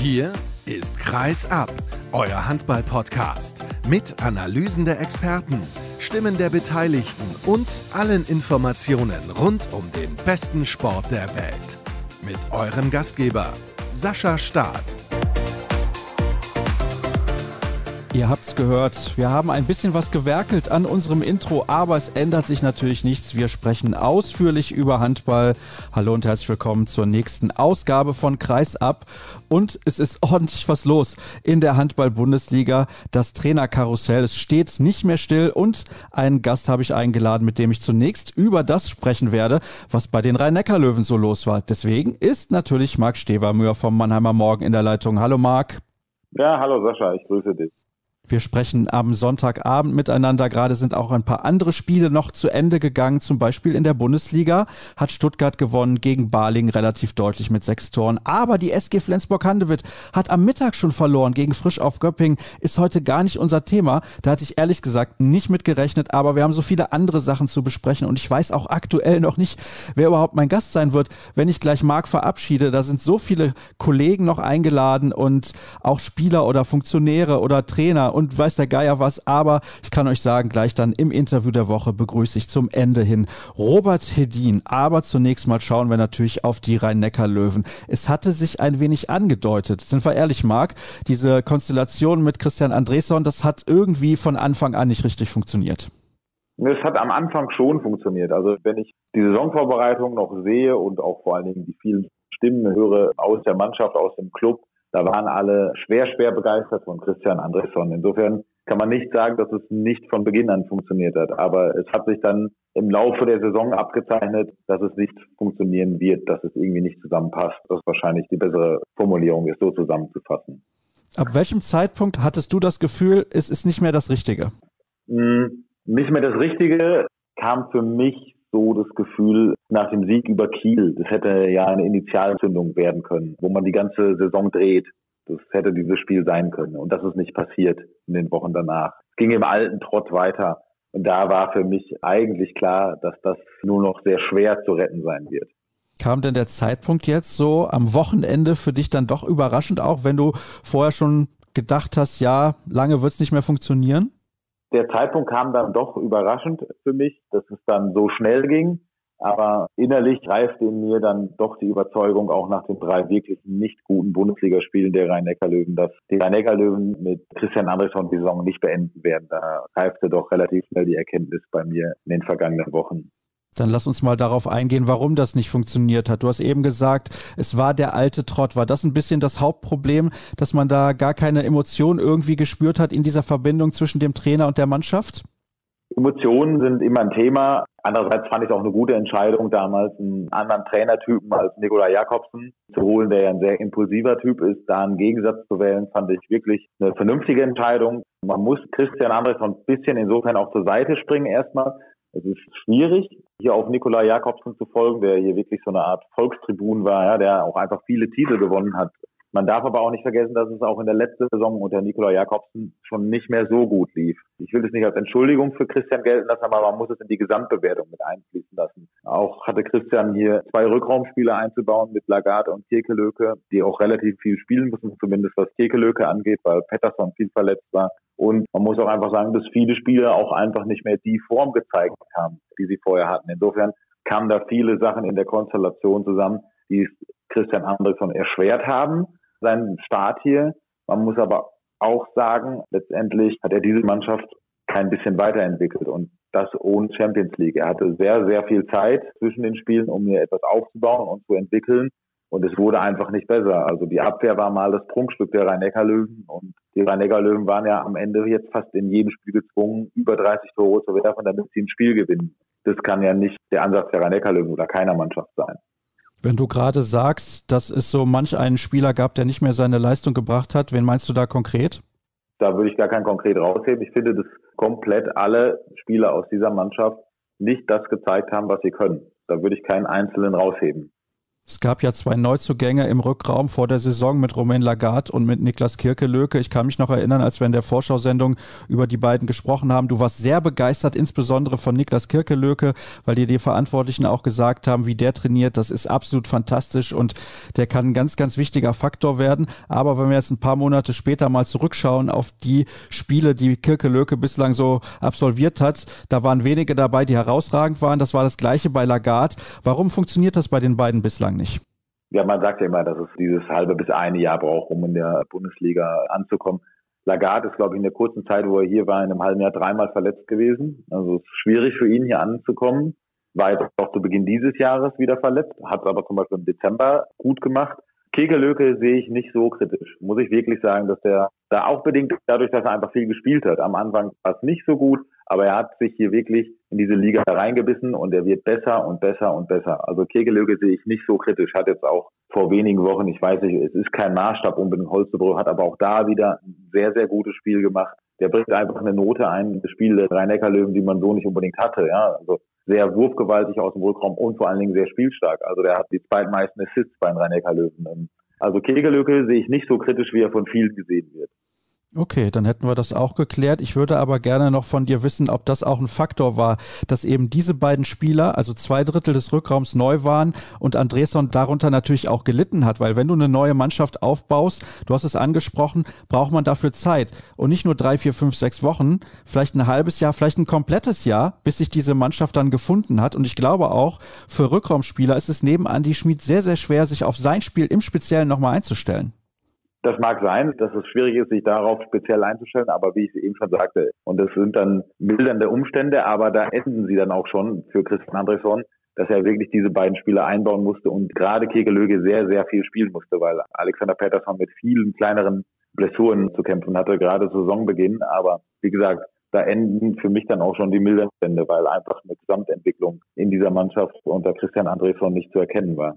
Hier ist Kreis ab, euer Handball-Podcast mit Analysen der Experten, Stimmen der Beteiligten und allen Informationen rund um den besten Sport der Welt. Mit eurem Gastgeber Sascha Staat. Ihr habt's gehört, wir haben ein bisschen was gewerkelt an unserem Intro, aber es ändert sich natürlich nichts. Wir sprechen ausführlich über Handball. Hallo und herzlich willkommen zur nächsten Ausgabe von Kreis ab. Und es ist ordentlich was los in der Handball-Bundesliga. Das Trainerkarussell, es steht nicht mehr still und einen Gast habe ich eingeladen, mit dem ich zunächst über das sprechen werde, was bei den Rhein-Neckar-Löwen so los war. Deswegen ist natürlich Marc Stevermüher vom Mannheimer Morgen in der Leitung. Hallo Marc. Ja, hallo Sascha, ich grüße dich. Wir sprechen am Sonntagabend miteinander. Gerade sind auch ein paar andere Spiele noch zu Ende gegangen. Zum Beispiel in der Bundesliga hat Stuttgart gewonnen gegen Balingen relativ deutlich mit 6 Toren. Aber die SG Flensburg-Handewitt hat am Mittag schon verloren gegen Frisch auf Göppingen. Ist heute gar nicht unser Thema. Da hatte ich ehrlich gesagt nicht mit gerechnet. Aber wir haben so viele andere Sachen zu besprechen. Und ich weiß auch aktuell noch nicht, wer überhaupt mein Gast sein wird, wenn ich gleich Marc verabschiede. Da sind so viele Kollegen noch eingeladen und auch Spieler oder Funktionäre oder Trainer und weiß der Geier was, aber ich kann euch sagen, gleich dann im Interview der Woche begrüße ich zum Ende hin Robert Hedin. Aber zunächst mal schauen wir natürlich auf die Rhein-Neckar-Löwen. Es hatte sich ein wenig angedeutet, sind wir ehrlich, Marc, diese Konstellation mit Christian Andresson, das hat irgendwie von Anfang an nicht richtig funktioniert. Es hat am Anfang schon funktioniert. Also wenn ich die Saisonvorbereitung noch sehe und auch vor allen Dingen die vielen Stimmen höre aus der Mannschaft, aus dem Club, da waren alle schwer begeistert von Christian Andresson. Insofern kann man nicht sagen, dass es nicht von Beginn an funktioniert hat. Aber es hat sich dann im Laufe der Saison abgezeichnet, dass es nicht funktionieren wird, dass es irgendwie nicht zusammenpasst. Das ist wahrscheinlich die bessere Formulierung, es so zusammenzufassen. Ab welchem Zeitpunkt hattest du das Gefühl, es ist nicht mehr das Richtige? Nicht mehr das Richtige kam für mich so das Gefühl nach dem Sieg über Kiel. Das hätte ja eine Initialzündung werden können, wo man die ganze Saison dreht. Das hätte dieses Spiel sein können. Und das ist nicht passiert in den Wochen danach. Es ging im alten Trott weiter. Und da war für mich eigentlich klar, dass das nur noch sehr schwer zu retten sein wird. Kam denn der Zeitpunkt jetzt so am Wochenende für dich dann doch überraschend, auch wenn du vorher schon gedacht hast, ja, lange wird es nicht mehr funktionieren? Der Zeitpunkt kam dann doch überraschend für mich, dass es dann so schnell ging. Aber innerlich reifte in mir dann doch die Überzeugung, auch nach den 3 wirklich nicht guten Bundesligaspielen der Rhein-Neckar-Löwen, dass die Rhein-Neckar-Löwen mit Christian Andresson die Saison nicht beenden werden. Da reifte doch relativ schnell die Erkenntnis bei mir in den vergangenen Wochen. Dann lass uns mal darauf eingehen, warum das nicht funktioniert hat. Du hast eben gesagt, es war der alte Trott. War das ein bisschen das Hauptproblem, dass man da gar keine Emotion irgendwie gespürt hat in dieser Verbindung zwischen dem Trainer und der Mannschaft? Emotionen sind immer ein Thema. Andererseits fand ich es auch eine gute Entscheidung, damals einen anderen Trainertypen als Nikolai Jakobsen zu holen, der ja ein sehr impulsiver Typ ist. Da einen Gegensatz zu wählen, fand ich wirklich eine vernünftige Entscheidung. Man muss Christian Andresson ein bisschen insofern auch zur Seite springen erstmal. Es ist schwierig, hier auf Nikolai Jakobsen zu folgen, der hier wirklich so eine Art Volkstribun war, ja, der auch einfach viele Titel gewonnen hat. Man darf aber auch nicht vergessen, dass es auch in der letzten Saison unter Nikolai Jakobsen schon nicht mehr so gut lief. Ich will es nicht als Entschuldigung für Christian gelten lassen, aber man muss es in die Gesamtbewertung mit einfließen lassen. Auch hatte Christian hier 2 Rückraumspieler einzubauen mit Lagarde und Kirkelöke, die auch relativ viel spielen müssen, zumindest was Kirkelöke angeht, weil Pettersson viel verletzt war. Und man muss auch einfach sagen, dass viele Spieler auch einfach nicht mehr die Form gezeigt haben, die sie vorher hatten. Insofern kamen da viele Sachen in der Konstellation zusammen, die es Christian Andresson erschwert haben, seinen Start hier. Man muss aber auch sagen, letztendlich hat er diese Mannschaft kein bisschen weiterentwickelt und das ohne Champions League. Er hatte sehr viel Zeit zwischen den Spielen, um hier etwas aufzubauen und zu entwickeln. Und es wurde einfach nicht besser. Also die Abwehr war mal das Prunkstück der Rhein-Neckar-Löwen. Und die Rhein-Neckar-Löwen waren ja am Ende jetzt fast in jedem Spiel gezwungen, über 30 Tore zu werfen, damit sie ein Spiel gewinnen. Das kann ja nicht der Ansatz der Rhein-Neckar-Löwen oder keiner Mannschaft sein. Wenn du gerade sagst, dass es so manch einen Spieler gab, der nicht mehr seine Leistung gebracht hat, wen meinst du da konkret? Da würde ich gar kein konkret rausheben. Ich finde, dass komplett alle Spieler aus dieser Mannschaft nicht das gezeigt haben, was sie können. Da würde ich keinen Einzelnen rausheben. Es gab ja 2 Neuzugänge im Rückraum vor der Saison mit Romain Lagarde und mit Niklas Kirkelöke. Ich kann mich noch erinnern, als wir in der Vorschau-Sendung über die beiden gesprochen haben. Du warst sehr begeistert, insbesondere von Niklas Kirkelöke, weil dir die Verantwortlichen auch gesagt haben, wie der trainiert. Das ist absolut fantastisch und der kann ein ganz, ganz wichtiger Faktor werden. Aber wenn wir jetzt ein paar Monate später mal zurückschauen auf die Spiele, die Kirkelöke bislang so absolviert hat, da waren wenige dabei, die herausragend waren. Das war das Gleiche bei Lagarde. Warum funktioniert das bei den beiden bislang nicht? Ja, man sagt ja immer, dass es dieses halbe bis eine Jahr braucht, um in der Bundesliga anzukommen. Lagarde ist, glaube ich, in der kurzen Zeit, wo er hier war, in einem halben Jahr 3-mal verletzt gewesen. Also es ist schwierig für ihn, hier anzukommen. War jetzt auch zu Beginn dieses Jahres wieder verletzt, hat es aber zum Beispiel im Dezember gut gemacht. Kirkelöke sehe ich nicht so kritisch. Muss ich wirklich sagen, dass der da auch bedingt dadurch, dass er einfach viel gespielt hat. Am Anfang war es nicht so gut, aber er hat sich hier wirklich in diese Liga reingebissen und er wird besser und besser und besser. Also Kirkelöke sehe ich nicht so kritisch. Hat jetzt auch vor wenigen Wochen, ich weiß nicht, es ist kein Maßstab unbedingt Holstebro, hat aber auch da wieder ein sehr, sehr gutes Spiel gemacht. Der bringt einfach eine Note ein, das Spiel der Rhein-Neckar-Löwen, die man so nicht unbedingt hatte. Ja, also sehr wurfgewaltig aus dem Rückraum und vor allen Dingen sehr spielstark. Also der hat die zweitmeisten Assists bei den Rhein-Neckar-Löwen. Also Kirkelöke sehe ich nicht so kritisch, wie er von vielen gesehen wird. Okay, dann hätten wir das auch geklärt. Ich würde aber gerne noch von dir wissen, ob das auch ein Faktor war, dass eben diese beiden Spieler, also 2/3 des Rückraums neu waren und Andrésson darunter natürlich auch gelitten hat, weil wenn du eine neue Mannschaft aufbaust, du hast es angesprochen, braucht man dafür Zeit und nicht nur 3, 4, 5, 6 Wochen, vielleicht ein halbes Jahr, vielleicht ein komplettes Jahr, bis sich diese Mannschaft dann gefunden hat und ich glaube auch, für Rückraumspieler ist es neben Andi Schmid sehr, sehr schwer, sich auf sein Spiel im Speziellen nochmal einzustellen. Das mag sein, dass es schwierig ist, sich darauf speziell einzustellen, aber wie ich es eben schon sagte, und das sind dann mildernde Umstände, aber da enden sie dann auch schon für Christian Andrésson, dass er wirklich diese beiden Spieler einbauen musste und gerade Kirkelöke sehr, sehr viel spielen musste, weil Alexander Pettersson mit vielen kleineren Blessuren zu kämpfen hatte, gerade zu Saisonbeginn, aber wie gesagt, da enden für mich dann auch schon die milden Umstände, weil einfach eine Gesamtentwicklung in dieser Mannschaft unter Christian Andrésson nicht zu erkennen war.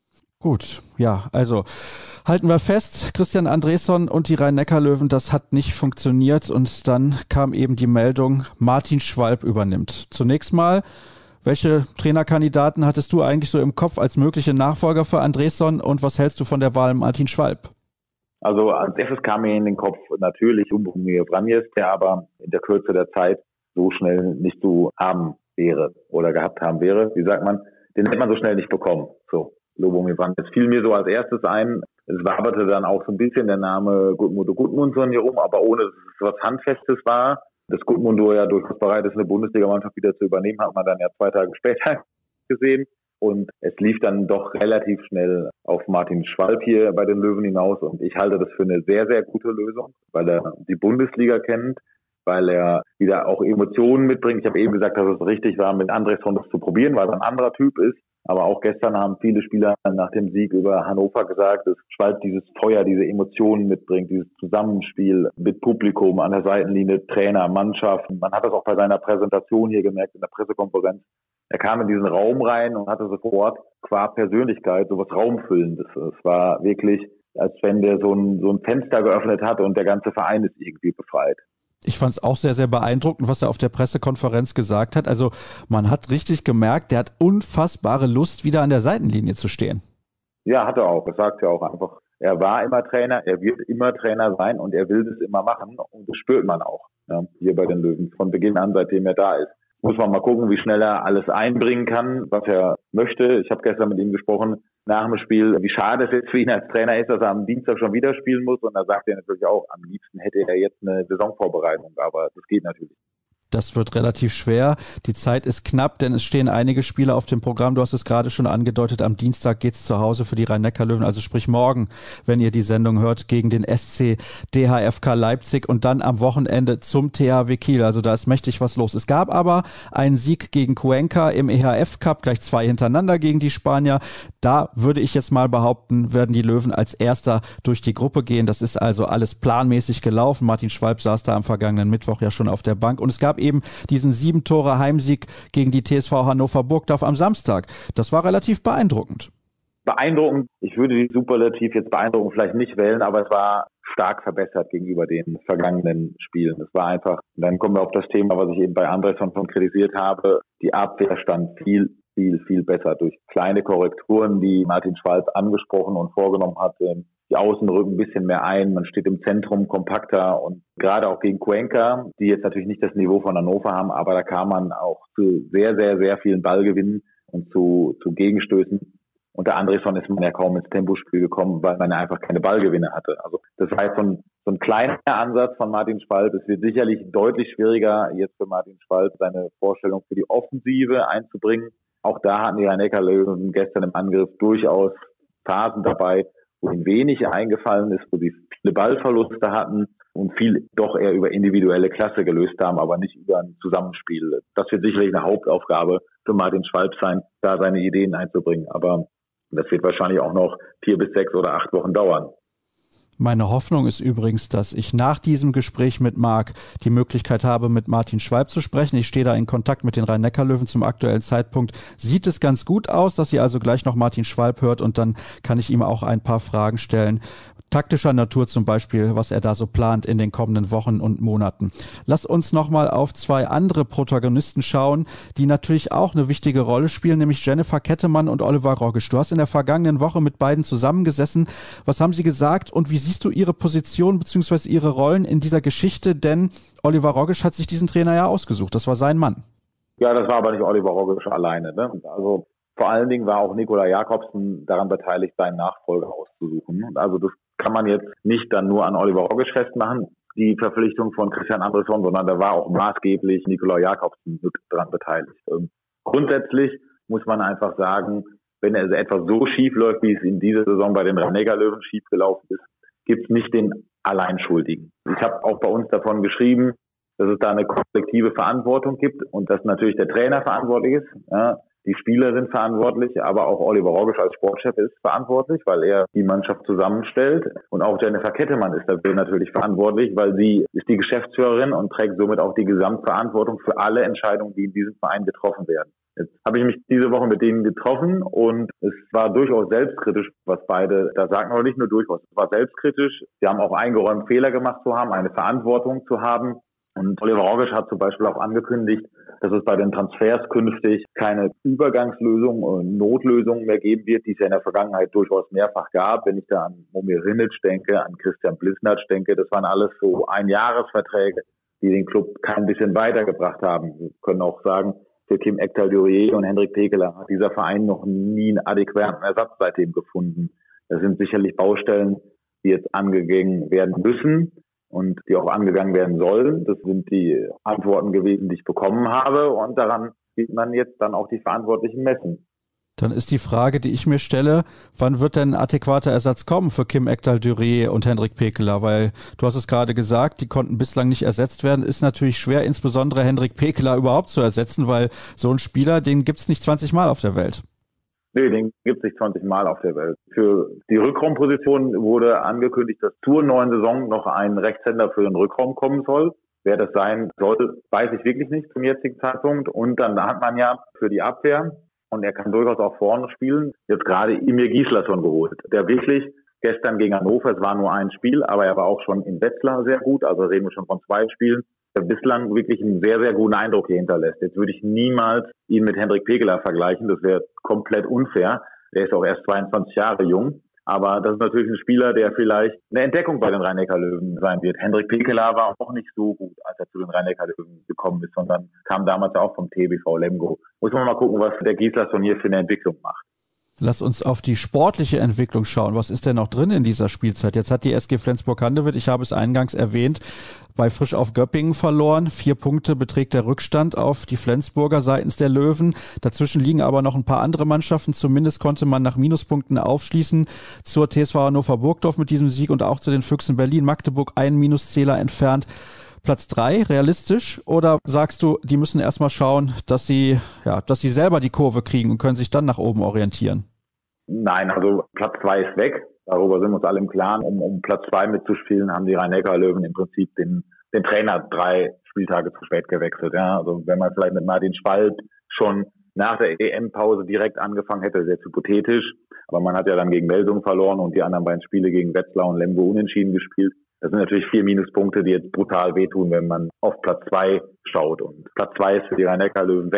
Gut, ja, also halten wir fest, Christian Andrésson und die Rhein-Neckar-Löwen, das hat nicht funktioniert und dann kam eben die Meldung, Martin Schwalb übernimmt. Zunächst mal, welche Trainerkandidaten hattest du eigentlich so im Kopf als mögliche Nachfolger für Andrésson und was hältst du von der Wahl Martin Schwalb? Also als erstes kam mir in den Kopf natürlich Lubomir Vranjes, der aber in der Kürze der Zeit so schnell nicht zu haben wäre oder gehabt haben wäre. Wie sagt man, den hätte man so schnell nicht bekommen. So. Lubomir Vranjes fiel mir so als erstes ein. Es waberte dann auch so ein bisschen der Name Gudmundur Gudmundsson hier rum, aber ohne dass es was Handfestes war. Dass Gudmundur ja durchaus bereit ist, eine Bundesligamannschaft wieder zu übernehmen, hat man dann ja 2 Tage später gesehen. Und es lief dann doch relativ schnell auf Martin Schwalb hier bei den Löwen hinaus. Und ich halte das für eine sehr, sehr gute Lösung, weil er die Bundesliga kennt, weil er wieder auch Emotionen mitbringt. Ich habe eben gesagt, dass es richtig war, mit Andrésson das zu probieren, weil er ein anderer Typ ist. Aber auch gestern haben viele Spieler nach dem Sieg über Hannover gesagt, dass Schwalb dieses Feuer, diese Emotionen mitbringt, dieses Zusammenspiel mit Publikum an der Seitenlinie, Trainer, Mannschaft. Man hat das auch bei seiner Präsentation hier gemerkt, in der Pressekonferenz. Er kam in diesen Raum rein und hatte sofort qua Persönlichkeit sowas Raumfüllendes. Es war wirklich, als wenn der so ein Fenster geöffnet hat und der ganze Verein ist irgendwie befreit. Ich fand es auch sehr, sehr beeindruckend, was er auf der Pressekonferenz gesagt hat. Also man hat richtig gemerkt, der hat unfassbare Lust, wieder an der Seitenlinie zu stehen. Ja, hat er auch. Das sagt er auch einfach. Er war immer Trainer, er wird immer Trainer sein und er will das immer machen. Und das spürt man auch, ja, hier bei den Löwen von Beginn an, seitdem er da ist. Muss man mal gucken, wie schnell er alles einbringen kann, was er möchte. Ich habe gestern mit ihm gesprochen nach dem Spiel, wie schade es jetzt für ihn als Trainer ist, dass er am Dienstag schon wieder spielen muss. Und da sagt er natürlich auch, am liebsten hätte er jetzt eine Saisonvorbereitung, aber das geht natürlich. Das wird relativ schwer. Die Zeit ist knapp, denn es stehen einige Spiele auf dem Programm. Du hast es gerade schon angedeutet. Am Dienstag geht's zu Hause für die Rhein-Neckar-Löwen, also sprich morgen, wenn ihr die Sendung hört, gegen den SC DHFK Leipzig und dann am Wochenende zum THW Kiel. Also da ist mächtig was los. Es gab aber einen Sieg gegen Cuenca im EHF Cup, gleich 2 hintereinander gegen die Spanier. Da würde ich jetzt mal behaupten, werden die Löwen als Erster durch die Gruppe gehen. Das ist also alles planmäßig gelaufen. Martin Schwalb saß da am vergangenen Mittwoch ja schon auf der Bank und es gab eben diesen 7-Tore-Heimsieg gegen die TSV Hannover Burgdorf am Samstag. Das war relativ beeindruckend. Beeindruckend, ich würde die Superlativ jetzt beeindruckend vielleicht nicht wählen, aber es war stark verbessert gegenüber den vergangenen Spielen. Es war einfach, dann kommen wir auf das Thema, was ich eben bei Andrésson schon kritisiert habe, die Abwehr stand viel viel, viel besser durch kleine Korrekturen, die Martin Schwalb angesprochen und vorgenommen hat. Die Außen rücken ein bisschen mehr ein, man steht im Zentrum kompakter und gerade auch gegen Cuenca, die jetzt natürlich nicht das Niveau von Hannover haben, aber da kam man auch zu sehr, sehr, sehr vielen Ballgewinnen und zu Gegenstößen. Unter Andrésson ist man ja kaum ins Tempospiel gekommen, weil man ja einfach keine Ballgewinne hatte. Also das war jetzt so ein kleiner Ansatz von Martin Schwalb. Es wird sicherlich deutlich schwieriger, jetzt für Martin Schwalb seine Vorstellung für die Offensive einzubringen. Auch da hatten die Rhein-Neckar-Löwen gestern im Angriff durchaus Phasen dabei, wo ihnen wenig eingefallen ist, wo sie viele Ballverluste hatten und viel doch eher über individuelle Klasse gelöst haben, aber nicht über ein Zusammenspiel. Das wird sicherlich eine Hauptaufgabe für Martin Schwalb sein, da seine Ideen einzubringen. Aber das wird wahrscheinlich auch noch 4 bis 6 oder 8 Wochen dauern. Meine Hoffnung ist übrigens, dass ich nach diesem Gespräch mit Marc die Möglichkeit habe, mit Martin Schwalb zu sprechen. Ich stehe da in Kontakt mit den Rhein-Neckar-Löwen. Zum aktuellen Zeitpunkt sieht es ganz gut aus, dass ihr also gleich noch Martin Schwalb hört und dann kann ich ihm auch ein paar Fragen stellen. Taktischer Natur zum Beispiel, was er da so plant in den kommenden Wochen und Monaten. Lass uns nochmal auf 2 andere Protagonisten schauen, die natürlich auch eine wichtige Rolle spielen, nämlich Jennifer Kettemann und Oliver Rogisch. Du hast in der vergangenen Woche mit beiden zusammengesessen. Was haben sie gesagt und wie siehst du ihre Position bzw. ihre Rollen in dieser Geschichte? Denn Oliver Rogisch hat sich diesen Trainer ja ausgesucht. Das war sein Mann. Ja, das war aber nicht Oliver Rogisch alleine, ne? Also vor allen Dingen war auch Nicolai Jakobsen daran beteiligt, seinen Nachfolger auszusuchen. Also das kann man jetzt nicht dann nur an Oliver Rogisch festmachen, die Verpflichtung von Christian Andrésson, sondern da war auch maßgeblich Nicolai Jakobsen daran beteiligt. Grundsätzlich muss man einfach sagen, wenn es etwas so schief läuft, wie es in dieser Saison bei den Rhein-Neckar-Löwen schief gelaufen ist, gibt es nicht den Alleinschuldigen. Ich habe auch bei uns davon geschrieben, dass es da eine kollektive Verantwortung gibt und dass natürlich der Trainer verantwortlich ist. Ja. Die Spieler sind verantwortlich, aber auch Oliver Rogisch als Sportchef ist verantwortlich, weil er die Mannschaft zusammenstellt. Und auch Jennifer Kettemann ist dafür natürlich verantwortlich, weil sie ist die Geschäftsführerin und trägt somit auch die Gesamtverantwortung für alle Entscheidungen, die in diesem Verein getroffen werden. Jetzt habe ich mich diese Woche mit denen getroffen und es war durchaus selbstkritisch, was beide da sagten, aber nicht nur durchaus. Es war selbstkritisch. Sie haben auch eingeräumt, Fehler gemacht zu haben, eine Verantwortung zu haben. Und Oliver Rogisch hat zum Beispiel auch angekündigt, dass es bei den Transfers künftig keine Übergangslösung und Notlösungen mehr geben wird, die es ja in der Vergangenheit durchaus mehrfach gab. Wenn ich da an Momir Rinic denke, an Christian Blisnatsch denke, das waren alles so Einjahresverträge, die den Club kein bisschen weitergebracht haben. Wir können auch sagen, für Kim Ekdal-Durier und Hendrik Pekeler hat dieser Verein noch nie einen adäquaten Ersatz seitdem gefunden. Das sind sicherlich Baustellen, die jetzt angegangen werden müssen und die auch angegangen werden sollen. Das sind die Antworten gewesen, die ich bekommen habe. Und daran sieht man jetzt dann auch die Verantwortlichen messen. Dann ist die Frage, die ich mir stelle, wann wird denn ein adäquater Ersatz kommen für Kim Ekdal-Durier und Hendrik Pekeler? Weil du hast es gerade gesagt, die konnten bislang nicht ersetzt werden. Ist natürlich schwer, insbesondere Hendrik Pekeler überhaupt zu ersetzen, weil so ein Spieler, den gibt's nicht 20 Mal auf der Welt. Nee, den gibt es nicht 20 Mal auf der Welt. Für die Rückraumposition wurde angekündigt, dass zur neuen Saison noch ein Rechtshänder für den Rückraum kommen soll. Wer das sein soll, weiß ich wirklich nicht zum jetzigen Zeitpunkt. Und dann hat man ja für die Abwehr, und er kann durchaus auch vorne spielen, jetzt gerade Emir Gislason geholt, der wirklich gestern gegen Hannover, es war nur ein Spiel, aber er war auch schon in Wetzlar sehr gut, also reden wir schon von 2 Spielen, der bislang wirklich einen sehr, sehr guten Eindruck hier hinterlässt. Jetzt würde ich niemals ihn mit Hendrik Pekeler vergleichen, das wäre komplett unfair. Der ist auch erst 22 Jahre jung, aber das ist natürlich ein Spieler, der vielleicht eine Entdeckung bei den Rhein-Neckar-Löwen sein wird. Hendrik Pekeler war auch nicht so gut, als er zu den Rhein-Neckar-Löwen gekommen ist, sondern kam damals auch vom TBV Lemgo. Muss man mal gucken, was der Gislason hier für eine Entwicklung macht. Lass uns auf die sportliche Entwicklung schauen. Was ist denn noch drin in dieser Spielzeit? Jetzt hat die SG Flensburg-Handewitt, ich habe es eingangs erwähnt, bei Frisch auf Göppingen verloren. 4 Punkte beträgt der Rückstand auf die Flensburger seitens der Löwen. Dazwischen liegen aber noch ein paar andere Mannschaften. Zumindest konnte man nach Minuspunkten aufschließen zur TSV Hannover Burgdorf mit diesem Sieg und auch zu den Füchsen Berlin. Magdeburg einen Minuszähler entfernt. Platz 3 realistisch oder sagst du, die müssen erstmal schauen, dass sie selber die Kurve kriegen und können sich dann nach oben orientieren? Nein, also Platz 2 ist weg. Darüber sind wir uns alle im Klaren. Um Platz 2 mitzuspielen, haben die Rhein-Neckar-Löwen im Prinzip den Trainer 3 Spieltage zu spät gewechselt. Ja, also wenn man vielleicht mit Martin Schwalb schon nach der EM-Pause direkt angefangen hätte, sehr hypothetisch. Aber man hat ja dann gegen Melsung verloren und die anderen beiden Spiele gegen Wetzlar und Lemgo unentschieden gespielt. Das sind natürlich 4 Minuspunkte, die jetzt brutal wehtun, wenn man auf Platz 2 schaut. Und Platz 2 ist für die Rhein-Neckar-Löwen weg.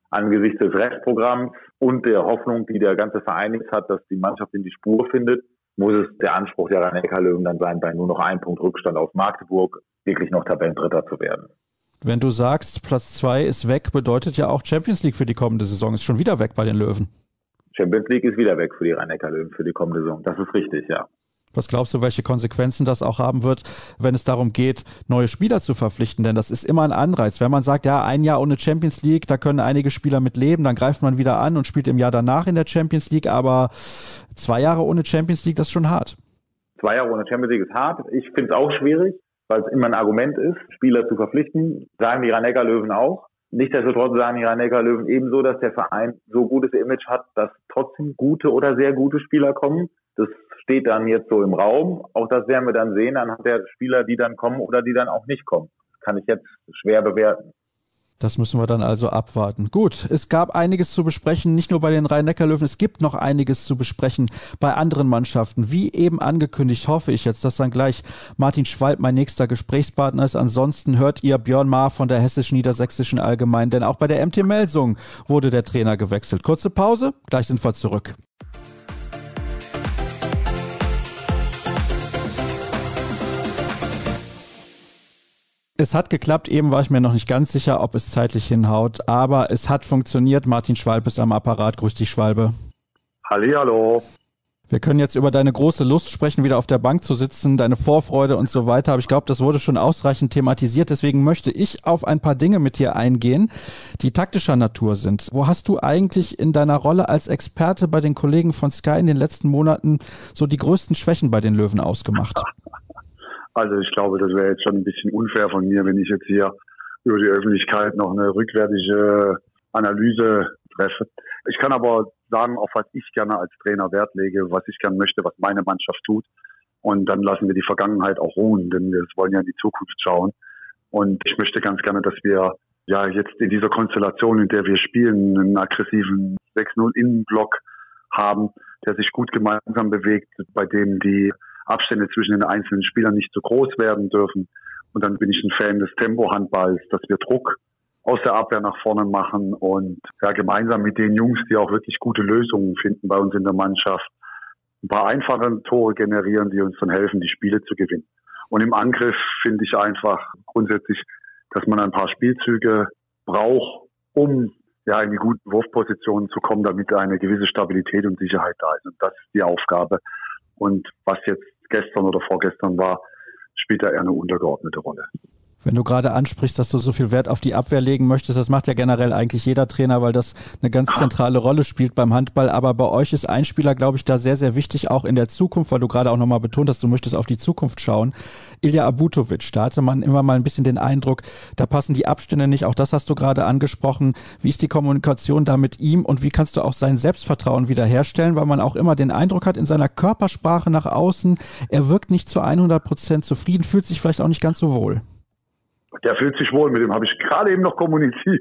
Angesichts des Restprogramms und der Hoffnung, die der ganze Verein jetzt hat, dass die Mannschaft in die Spur findet, muss es der Anspruch der Rhein-Neckar-Löwen dann sein, bei nur noch 1 Punkt Rückstand auf Magdeburg wirklich noch Tabellendritter zu werden. Wenn du sagst, Platz 2 ist weg, bedeutet ja auch Champions League für die kommende Saison ist schon wieder weg bei den Löwen. Champions League ist wieder weg für die Rhein-Neckar-Löwen für die kommende Saison. Das ist richtig, ja. Was glaubst du, welche Konsequenzen das auch haben wird, wenn es darum geht, neue Spieler zu verpflichten? Denn das ist immer ein Anreiz. Wenn man sagt, ja, ein Jahr ohne Champions League, da können einige Spieler mit leben, dann greift man wieder an und spielt im Jahr danach in der Champions League. Aber 2 Jahre ohne Champions League, das ist schon hart. 2 Jahre ohne Champions League ist hart. Ich finde es auch schwierig, weil es immer ein Argument ist, Spieler zu verpflichten. Sagen die Rhein-Neckar-Löwen auch. Nichtsdestotrotz sagen die Rhein-Neckar-Löwen ebenso, dass der Verein so gutes Image hat, dass trotzdem gute oder sehr gute Spieler kommen. Das steht dann jetzt so im Raum. Auch das werden wir dann sehen anhand der Spieler, die dann kommen oder die dann auch nicht kommen. Das kann ich jetzt schwer bewerten. Das müssen wir dann also abwarten. Gut, es gab einiges zu besprechen, nicht nur bei den Rhein-Neckar-Löwen, es gibt noch einiges zu besprechen bei anderen Mannschaften. Wie eben angekündigt, hoffe ich jetzt, dass dann gleich Martin Schwalb mein nächster Gesprächspartner ist. Ansonsten hört ihr Björn Maar von der Hessisch-Niedersächsischen Allgemeinen, denn auch bei der MT Melsungen wurde der Trainer gewechselt. Kurze Pause, gleich sind wir zurück. Es hat geklappt, eben war ich mir noch nicht ganz sicher, ob es zeitlich hinhaut, aber es hat funktioniert. Martin Schwalb ist am Apparat. Grüß dich, Schwalbe. Hallihallo. Wir können jetzt über deine große Lust sprechen, wieder auf der Bank zu sitzen, deine Vorfreude und so weiter. Aber ich glaube, das wurde schon ausreichend thematisiert. Deswegen möchte ich auf ein paar Dinge mit dir eingehen, die taktischer Natur sind. Wo hast du eigentlich in deiner Rolle als Experte bei den Kollegen von Sky in den letzten Monaten so die größten Schwächen bei den Löwen ausgemacht? Also ich glaube, das wäre jetzt schon ein bisschen unfair von mir, wenn ich jetzt hier über die Öffentlichkeit noch eine rückwärtige Analyse treffe. Ich kann aber sagen, auf was ich gerne als Trainer Wert lege, was ich gerne möchte, was meine Mannschaft tut. Und dann lassen wir die Vergangenheit auch ruhen, denn wir wollen ja in die Zukunft schauen. Und ich möchte ganz gerne, dass wir ja jetzt in dieser Konstellation, in der wir spielen, einen aggressiven 6-0 Innenblock haben, der sich gut gemeinsam bewegt, bei dem die Abstände zwischen den einzelnen Spielern nicht zu groß werden dürfen. Und dann bin ich ein Fan des Tempo-Handballs, dass wir Druck aus der Abwehr nach vorne machen und ja, gemeinsam mit den Jungs, die auch wirklich gute Lösungen finden bei uns in der Mannschaft, ein paar einfache Tore generieren, die uns dann helfen, die Spiele zu gewinnen. Und im Angriff finde ich einfach grundsätzlich, dass man ein paar Spielzüge braucht, um ja in die guten Wurfpositionen zu kommen, damit eine gewisse Stabilität und Sicherheit da ist. Und das ist die Aufgabe. Und was jetzt gestern oder vorgestern war, spielt da eher eine untergeordnete Rolle. Wenn du gerade ansprichst, dass du so viel Wert auf die Abwehr legen möchtest, das macht ja generell eigentlich jeder Trainer, weil das eine ganz zentrale Rolle spielt beim Handball. Aber bei euch ist ein Spieler, glaube ich, da sehr, sehr wichtig, auch in der Zukunft, weil du gerade auch nochmal betont hast, du möchtest auf die Zukunft schauen. Ilja Abutovic, da hatte man immer mal ein bisschen den Eindruck, da passen die Abstände nicht. Auch das hast du gerade angesprochen. Wie ist die Kommunikation da mit ihm und wie kannst du auch sein Selbstvertrauen wiederherstellen, weil man auch immer den Eindruck hat, in seiner Körpersprache nach außen, er wirkt nicht zu 100% zufrieden, fühlt sich vielleicht auch nicht ganz so wohl. Der fühlt sich wohl, mit dem habe ich gerade eben noch kommuniziert.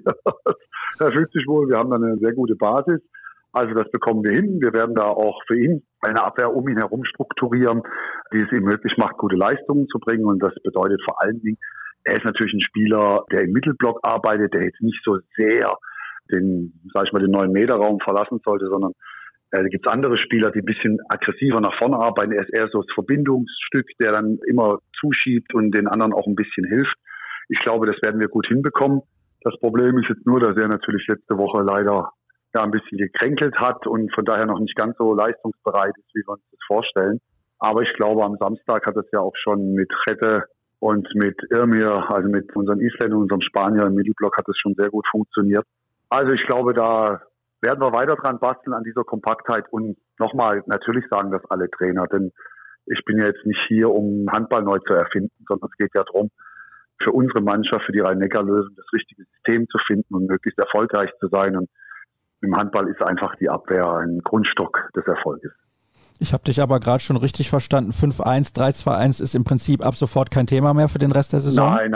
Er fühlt sich wohl, wir haben da eine sehr gute Basis. Also das bekommen wir hin. Wir werden da auch für ihn eine Abwehr um ihn herum strukturieren, die es ihm möglich macht, gute Leistungen zu bringen. Und das bedeutet vor allen Dingen, er ist natürlich ein Spieler, der im Mittelblock arbeitet, der jetzt nicht so sehr den 9-Meter-Raum verlassen sollte, sondern da gibt es andere Spieler, die ein bisschen aggressiver nach vorne arbeiten. Er ist eher so das Verbindungsstück, der dann immer zuschiebt und den anderen auch ein bisschen hilft. Ich glaube, das werden wir gut hinbekommen. Das Problem ist jetzt nur, dass er natürlich letzte Woche leider ja ein bisschen gekränkelt hat und von daher noch nicht ganz so leistungsbereit ist, wie wir uns das vorstellen. Aber ich glaube, am Samstag hat das ja auch schon mit Rette und mit Irmir, also mit unseren Isländern und unserem Spanier im Mittelblock hat es schon sehr gut funktioniert. Also ich glaube, da werden wir weiter dran basteln an dieser Kompaktheit und nochmal, natürlich sagen das alle Trainer, denn ich bin ja jetzt nicht hier, um Handball neu zu erfinden, sondern es geht ja darum, für unsere Mannschaft, für die Rhein-Neckar-Löwen, das richtige System zu finden und möglichst erfolgreich zu sein. Und im Handball ist einfach die Abwehr ein Grundstock des Erfolges. Ich habe dich aber gerade schon richtig verstanden. 5-1, 3-2-1 ist im Prinzip ab sofort kein Thema mehr für den Rest der Saison? Nein.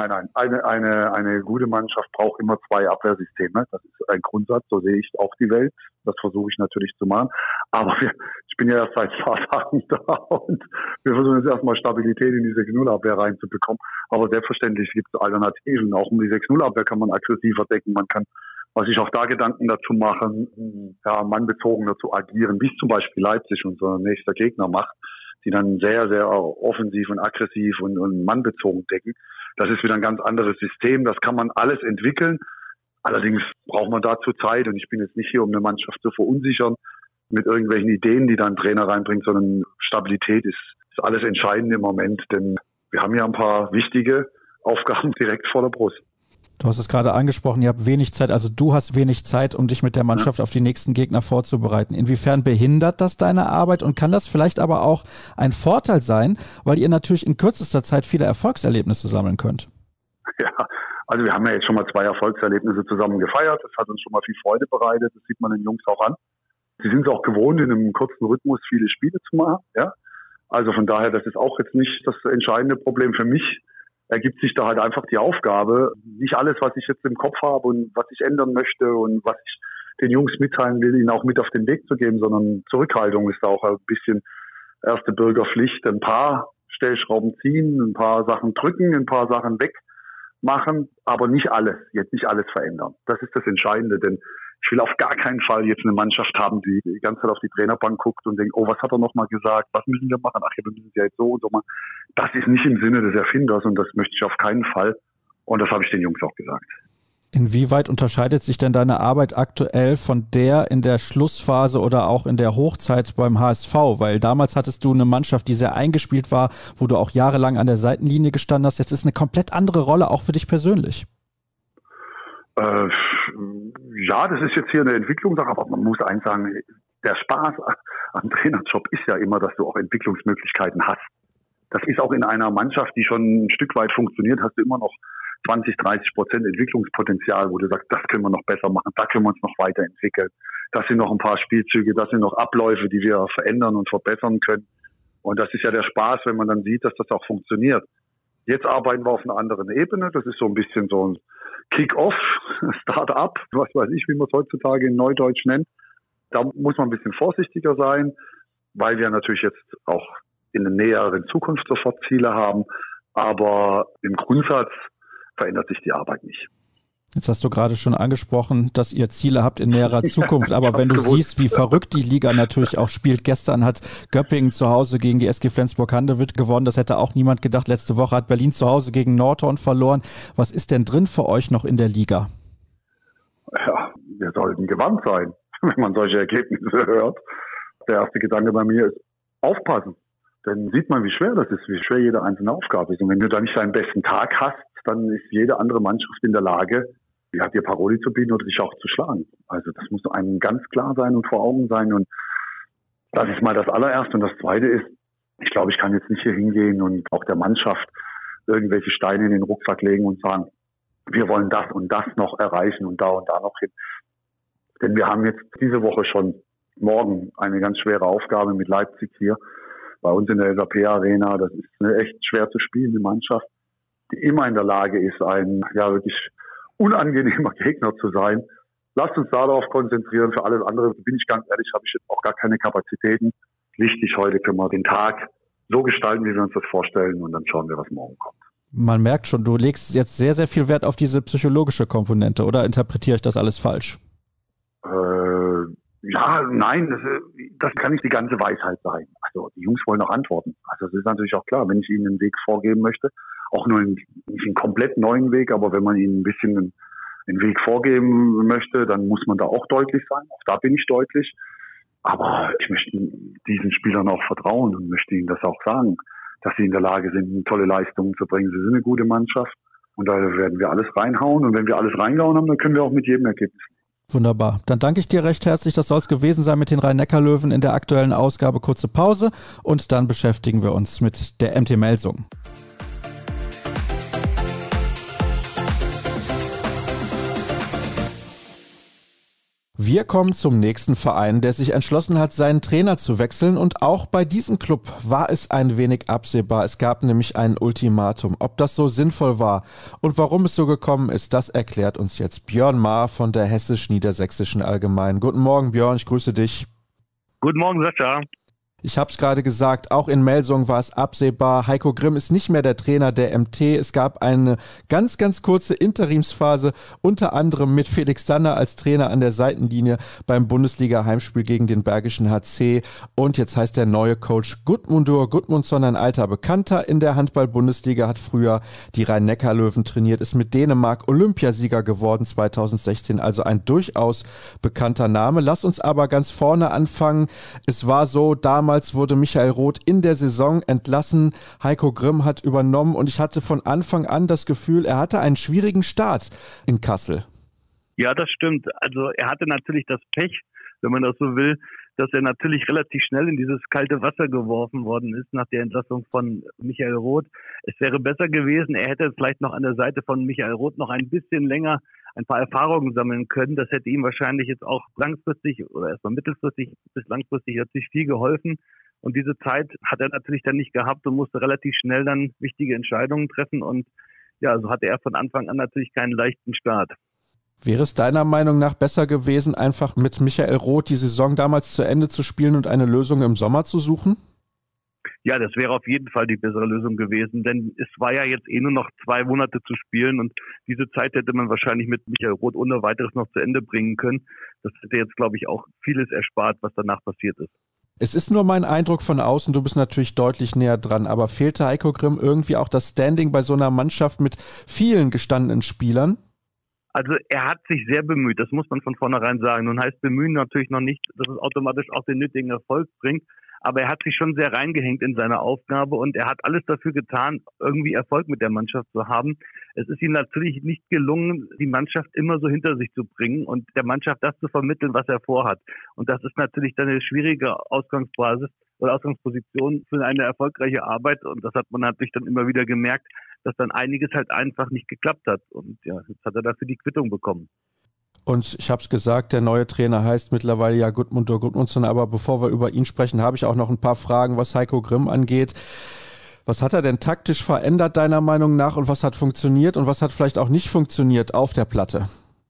Eine gute Mannschaft braucht immer 2 Abwehrsysteme. Das ist ein Grundsatz, so sehe ich auch die Welt. Das versuche ich natürlich zu machen. Aber ich bin ja erst seit ein paar Tagen da und wir versuchen jetzt erstmal Stabilität in die 6-0-Abwehr reinzubekommen. Aber selbstverständlich gibt es Alternativen. Auch um die 6-0-Abwehr kann man aggressiver decken. Man kann sich auch da Gedanken dazu machen, ja, mannbezogener zu agieren, wie es zum Beispiel Leipzig, unser nächster Gegner, macht, die dann sehr, sehr offensiv und aggressiv und mannbezogen decken. Das ist wieder ein ganz anderes System. Das kann man alles entwickeln. Allerdings braucht man dazu Zeit. Und ich bin jetzt nicht hier, um eine Mannschaft zu verunsichern mit irgendwelchen Ideen, die dann ein Trainer reinbringt, sondern Stabilität ist alles Entscheidende im Moment. Denn wir haben ja ein paar wichtige Aufgaben direkt vor der Brust. Du hast es gerade angesprochen, ihr habt wenig Zeit, also du hast wenig Zeit, um dich mit der Mannschaft auf die nächsten Gegner vorzubereiten. Inwiefern behindert das deine Arbeit und kann das vielleicht aber auch ein Vorteil sein, weil ihr natürlich in kürzester Zeit viele Erfolgserlebnisse sammeln könnt? Ja, also wir haben ja jetzt schon mal 2 Erfolgserlebnisse zusammen gefeiert. Das hat uns schon mal viel Freude bereitet. Das sieht man den Jungs auch an. Sie sind es auch gewohnt, in einem kurzen Rhythmus viele Spiele zu machen. Ja, also von daher, das ist auch jetzt nicht das entscheidende Problem für mich. Ergibt sich da halt einfach die Aufgabe, nicht alles, was ich jetzt im Kopf habe und was ich ändern möchte und was ich den Jungs mitteilen will, ihnen auch mit auf den Weg zu geben, sondern Zurückhaltung ist da auch ein bisschen erste Bürgerpflicht. Ein paar Stellschrauben ziehen, ein paar Sachen drücken, ein paar Sachen wegmachen, aber nicht alles, jetzt nicht alles verändern. Das ist das Entscheidende, denn ich will auf gar keinen Fall jetzt eine Mannschaft haben, die die ganze Zeit auf die Trainerbank guckt und denkt, oh, was hat er nochmal gesagt, was müssen wir machen? Ach ja, wir müssen es ja jetzt so und so machen. Das ist nicht im Sinne des Erfinders und das möchte ich auf keinen Fall. Und das habe ich den Jungs auch gesagt. Inwieweit unterscheidet sich denn deine Arbeit aktuell von der in der Schlussphase oder auch in der Hochzeit beim HSV? Weil damals hattest du eine Mannschaft, die sehr eingespielt war, wo du auch jahrelang an der Seitenlinie gestanden hast. Jetzt ist eine komplett andere Rolle, auch für dich persönlich. Ja, das ist jetzt hier eine Entwicklungssache, aber man muss eins sagen, der Spaß am Trainerjob ist ja immer, dass du auch Entwicklungsmöglichkeiten hast. Das ist auch in einer Mannschaft, die schon ein Stück weit funktioniert, hast du immer noch 20-30% Entwicklungspotenzial, wo du sagst, das können wir noch besser machen, da können wir uns noch weiterentwickeln. Das sind noch ein paar Spielzüge, das sind noch Abläufe, die wir verändern und verbessern können. Und das ist ja der Spaß, wenn man dann sieht, dass das auch funktioniert. Jetzt arbeiten wir auf einer anderen Ebene. Das ist so ein bisschen so ein Kick-Off, Start-up, was weiß ich, wie man es heutzutage in Neudeutsch nennt. Da muss man ein bisschen vorsichtiger sein, weil wir natürlich jetzt auch in der näheren Zukunft sofort Ziele haben. Aber im Grundsatz verändert sich die Arbeit nicht. Jetzt hast du gerade schon angesprochen, dass ihr Ziele habt in näherer Zukunft. Aber wenn du siehst, wie verrückt die Liga natürlich auch spielt. Gestern hat Göppingen zu Hause gegen die SG Flensburg-Handewitt gewonnen. Das hätte auch niemand gedacht. Letzte Woche hat Berlin zu Hause gegen Nordhorn verloren. Was ist denn drin für euch noch in der Liga? Ja, wir sollten gewandt sein, wenn man solche Ergebnisse hört. Der erste Gedanke bei mir ist, aufpassen. Dann sieht man, wie schwer das ist, wie schwer jede einzelne Aufgabe ist. Und wenn du da nicht deinen besten Tag hast, dann ist jede andere Mannschaft in der Lage, dir Paroli zu bieten oder dich auch zu schlagen. Also das muss einem ganz klar sein und vor Augen sein. Und das ist mal das allererste. Und das zweite ist, ich glaube, ich kann jetzt nicht hier hingehen und auch der Mannschaft irgendwelche Steine in den Rucksack legen und sagen, wir wollen das und das noch erreichen und da noch hin. Denn wir haben jetzt diese Woche schon morgen eine ganz schwere Aufgabe mit Leipzig hier bei uns in der SAP-Arena. Das ist eine echt schwer zu spielende Mannschaft, die immer in der Lage ist, ein wirklich unangenehmer Gegner zu sein. Lasst uns darauf konzentrieren. Für alles andere, bin ich ganz ehrlich, habe ich jetzt auch gar keine Kapazitäten. Wichtig, heute können wir den Tag so gestalten, wie wir uns das vorstellen, und dann schauen wir, was morgen kommt. Man merkt schon, du legst jetzt sehr, sehr viel Wert auf diese psychologische Komponente, oder interpretiere ich das alles falsch? Ja, nein, das kann nicht die ganze Weisheit sein. Also die Jungs wollen auch antworten. Also das ist natürlich auch klar, wenn ich ihnen einen Weg vorgeben möchte, auch nur nicht einen komplett neuen Weg, aber wenn man ihnen ein bisschen einen Weg vorgeben möchte, dann muss man da auch deutlich sein. Auch da bin ich deutlich. Aber ich möchte diesen Spielern auch vertrauen und möchte ihnen das auch sagen, dass sie in der Lage sind, tolle Leistungen zu bringen. Sie sind eine gute Mannschaft und da werden wir alles reinhauen. Und wenn wir alles reingehauen haben, dann können wir auch mit jedem Ergebnis. Wunderbar. Dann danke ich dir recht herzlich. Das soll es gewesen sein mit den Rhein-Neckar-Löwen in der aktuellen Ausgabe. Kurze Pause und dann beschäftigen wir uns mit der MT Melsung. Wir kommen zum nächsten Verein, der sich entschlossen hat, seinen Trainer zu wechseln, und auch bei diesem Club war es ein wenig absehbar. Es gab nämlich ein Ultimatum. Ob das so sinnvoll war und warum es so gekommen ist, das erklärt uns jetzt Björn Maar von der Hessisch-Niedersächsischen Allgemeinen. Guten Morgen, Björn, ich grüße dich. Guten Morgen, Sascha. Ich habe es gerade gesagt, auch in Melsung war es absehbar. Heiko Grimm ist nicht mehr der Trainer der MT. Es gab eine ganz, ganz kurze Interimsphase, unter anderem mit Felix Sander als Trainer an der Seitenlinie beim Bundesliga-Heimspiel gegen den Bergischen HC. Und jetzt heißt der neue Coach Gudmundur Gudmundsson, ein alter Bekannter in der Handball-Bundesliga, hat früher die Rhein-Neckar-Löwen trainiert, ist mit Dänemark Olympiasieger geworden 2016, also ein durchaus bekannter Name. Lass uns aber ganz vorne anfangen. Es war so, damals wurde Michael Roth in der Saison entlassen, Heiko Grimm hat übernommen und ich hatte von Anfang an das Gefühl, er hatte einen schwierigen Start in Kassel. Ja, das stimmt. Also er hatte natürlich das Pech, wenn man das so will, dass er natürlich relativ schnell in dieses kalte Wasser geworfen worden ist nach der Entlassung von Michael Roth. Es wäre besser gewesen, er hätte vielleicht noch an der Seite von Michael Roth noch ein bisschen länger ein paar Erfahrungen sammeln können. Das hätte ihm wahrscheinlich jetzt auch langfristig oder erstmal mittelfristig bis langfristig natürlich viel geholfen. Und diese Zeit hat er natürlich dann nicht gehabt und musste relativ schnell dann wichtige Entscheidungen treffen. Und ja, so hatte er von Anfang an natürlich keinen leichten Start. Wäre es deiner Meinung nach besser gewesen, einfach mit Michael Roth die Saison damals zu Ende zu spielen und eine Lösung im Sommer zu suchen? Ja, das wäre auf jeden Fall die bessere Lösung gewesen, denn es war ja jetzt nur noch 2 Monate zu spielen und diese Zeit hätte man wahrscheinlich mit Michael Roth ohne weiteres noch zu Ende bringen können. Das hätte jetzt, glaube ich, auch vieles erspart, was danach passiert ist. Es ist nur mein Eindruck von außen, du bist natürlich deutlich näher dran, aber fehlte Heiko Grimm irgendwie auch das Standing bei so einer Mannschaft mit vielen gestandenen Spielern? Also er hat sich sehr bemüht, das muss man von vornherein sagen. Nun heißt bemühen natürlich noch nicht, dass es automatisch auch den nötigen Erfolg bringt. Aber er hat sich schon sehr reingehängt in seine Aufgabe und er hat alles dafür getan, irgendwie Erfolg mit der Mannschaft zu haben. Es ist ihm natürlich nicht gelungen, die Mannschaft immer so hinter sich zu bringen und der Mannschaft das zu vermitteln, was er vorhat. Und das ist natürlich dann eine schwierige Ausgangsbasis oder Ausgangsposition für eine erfolgreiche Arbeit. Und das hat man natürlich dann immer wieder gemerkt, dass dann einiges halt einfach nicht geklappt hat. Und ja, jetzt hat er dafür die Quittung bekommen. Und ich habe es gesagt, der neue Trainer heißt mittlerweile ja Gudmundur Gudmundsson, aber bevor wir über ihn sprechen, habe ich auch noch ein paar Fragen, was Heiko Grimm angeht. Was hat er denn taktisch verändert, deiner Meinung nach, und was hat funktioniert und was hat vielleicht auch nicht funktioniert auf der Platte?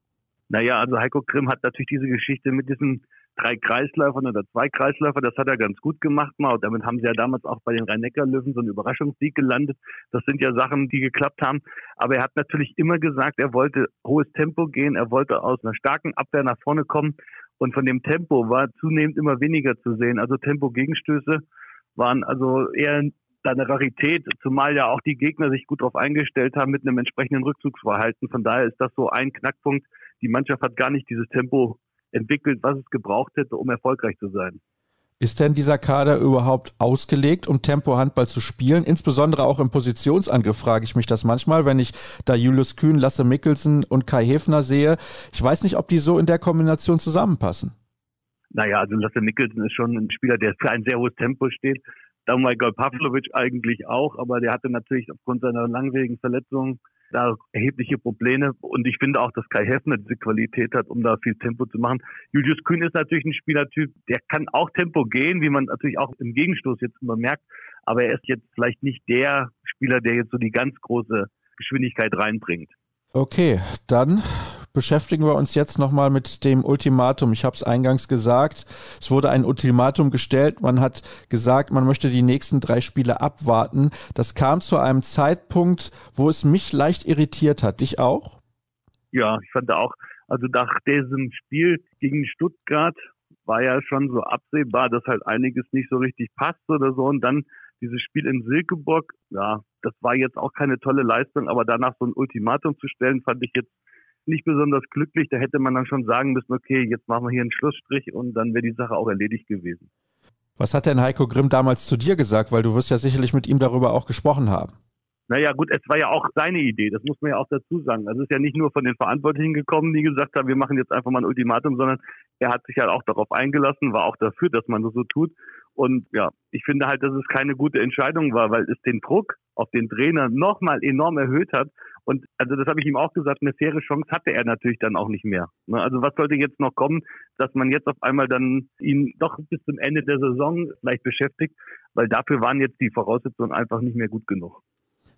Naja, also Heiko Grimm hat natürlich diese Geschichte mit diesen 3 Kreisläufern oder 2 Kreisläufer, das hat er ganz gut gemacht mal. Und damit haben sie ja damals auch bei den Rhein-Neckar-Löwen so einen Überraschungssieg gelandet. Das sind ja Sachen, die geklappt haben. Aber er hat natürlich immer gesagt, er wollte hohes Tempo gehen, er wollte aus einer starken Abwehr nach vorne kommen. Und von dem Tempo war zunehmend immer weniger zu sehen. Also Tempo-Gegenstöße waren also eher eine Rarität, zumal ja auch die Gegner sich gut darauf eingestellt haben mit einem entsprechenden Rückzugsverhalten. Von daher ist das so ein Knackpunkt. Die Mannschaft hat gar nicht dieses Tempo entwickelt, was es gebraucht hätte, um erfolgreich zu sein. Ist denn dieser Kader überhaupt ausgelegt, um Tempo-Handball zu spielen? Insbesondere auch im Positionsangriff frage ich mich das manchmal, wenn ich da Julius Kühn, Lasse Mikkelsen und Kai Häfner sehe. Ich weiß nicht, ob die so in der Kombination zusammenpassen. Naja, also Lasse Mikkelsen ist schon ein Spieler, der für ein sehr hohes Tempo steht. Damajgol Pavlovic eigentlich auch, aber der hatte natürlich aufgrund seiner langwierigen Verletzung da erhebliche Probleme. Und ich finde auch, dass Kai Häfner diese Qualität hat, um da viel Tempo zu machen. Julius Kühn ist natürlich ein Spielertyp, der kann auch Tempo gehen, wie man natürlich auch im Gegenstoß jetzt immer merkt. Aber er ist jetzt vielleicht nicht der Spieler, der jetzt so die ganz große Geschwindigkeit reinbringt. Okay, dann beschäftigen wir uns jetzt nochmal mit dem Ultimatum. Ich habe es eingangs gesagt, es wurde ein Ultimatum gestellt. Man hat gesagt, man möchte die nächsten 3 Spiele abwarten. Das kam zu einem Zeitpunkt, wo es mich leicht irritiert hat. Dich auch? Ja, ich fand auch, also nach diesem Spiel gegen Stuttgart war ja schon so absehbar, dass halt einiges nicht so richtig passt oder so. Und dann dieses Spiel in Silkeborg, ja, das war jetzt auch keine tolle Leistung, aber danach so ein Ultimatum zu stellen, fand ich jetzt nicht besonders glücklich. Da hätte man dann schon sagen müssen, okay, jetzt machen wir hier einen Schlussstrich und dann wäre die Sache auch erledigt gewesen. Was hat denn Heiko Grimm damals zu dir gesagt? Weil du wirst ja sicherlich mit ihm darüber auch gesprochen haben. Naja gut, es war ja auch seine Idee, das muss man ja auch dazu sagen. Also es ist ja nicht nur von den Verantwortlichen gekommen, die gesagt haben, wir machen jetzt einfach mal ein Ultimatum, sondern er hat sich halt auch darauf eingelassen, war auch dafür, dass man das so tut. Und ja, ich finde halt, dass es keine gute Entscheidung war, weil es den Druck auf den Trainer nochmal enorm erhöht hat. Und also das habe ich ihm auch gesagt, eine faire Chance hatte er natürlich dann auch nicht mehr. Also was sollte jetzt noch kommen, dass man jetzt auf einmal dann ihn doch bis zum Ende der Saison vielleicht beschäftigt, weil dafür waren jetzt die Voraussetzungen einfach nicht mehr gut genug.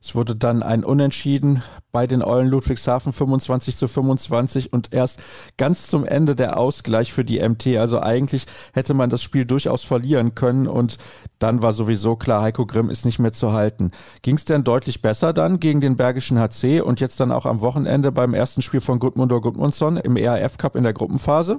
Es wurde dann ein Unentschieden bei den Eulen Ludwigshafen 25:25 und erst ganz zum Ende der Ausgleich für die MT. Also eigentlich hätte man das Spiel durchaus verlieren können und dann war sowieso klar, Heiko Grimm ist nicht mehr zu halten. Ging es denn deutlich besser dann gegen den Bergischen HC und jetzt dann auch am Wochenende beim ersten Spiel von Gudmundur Gudmundsson im ERF Cup in der Gruppenphase?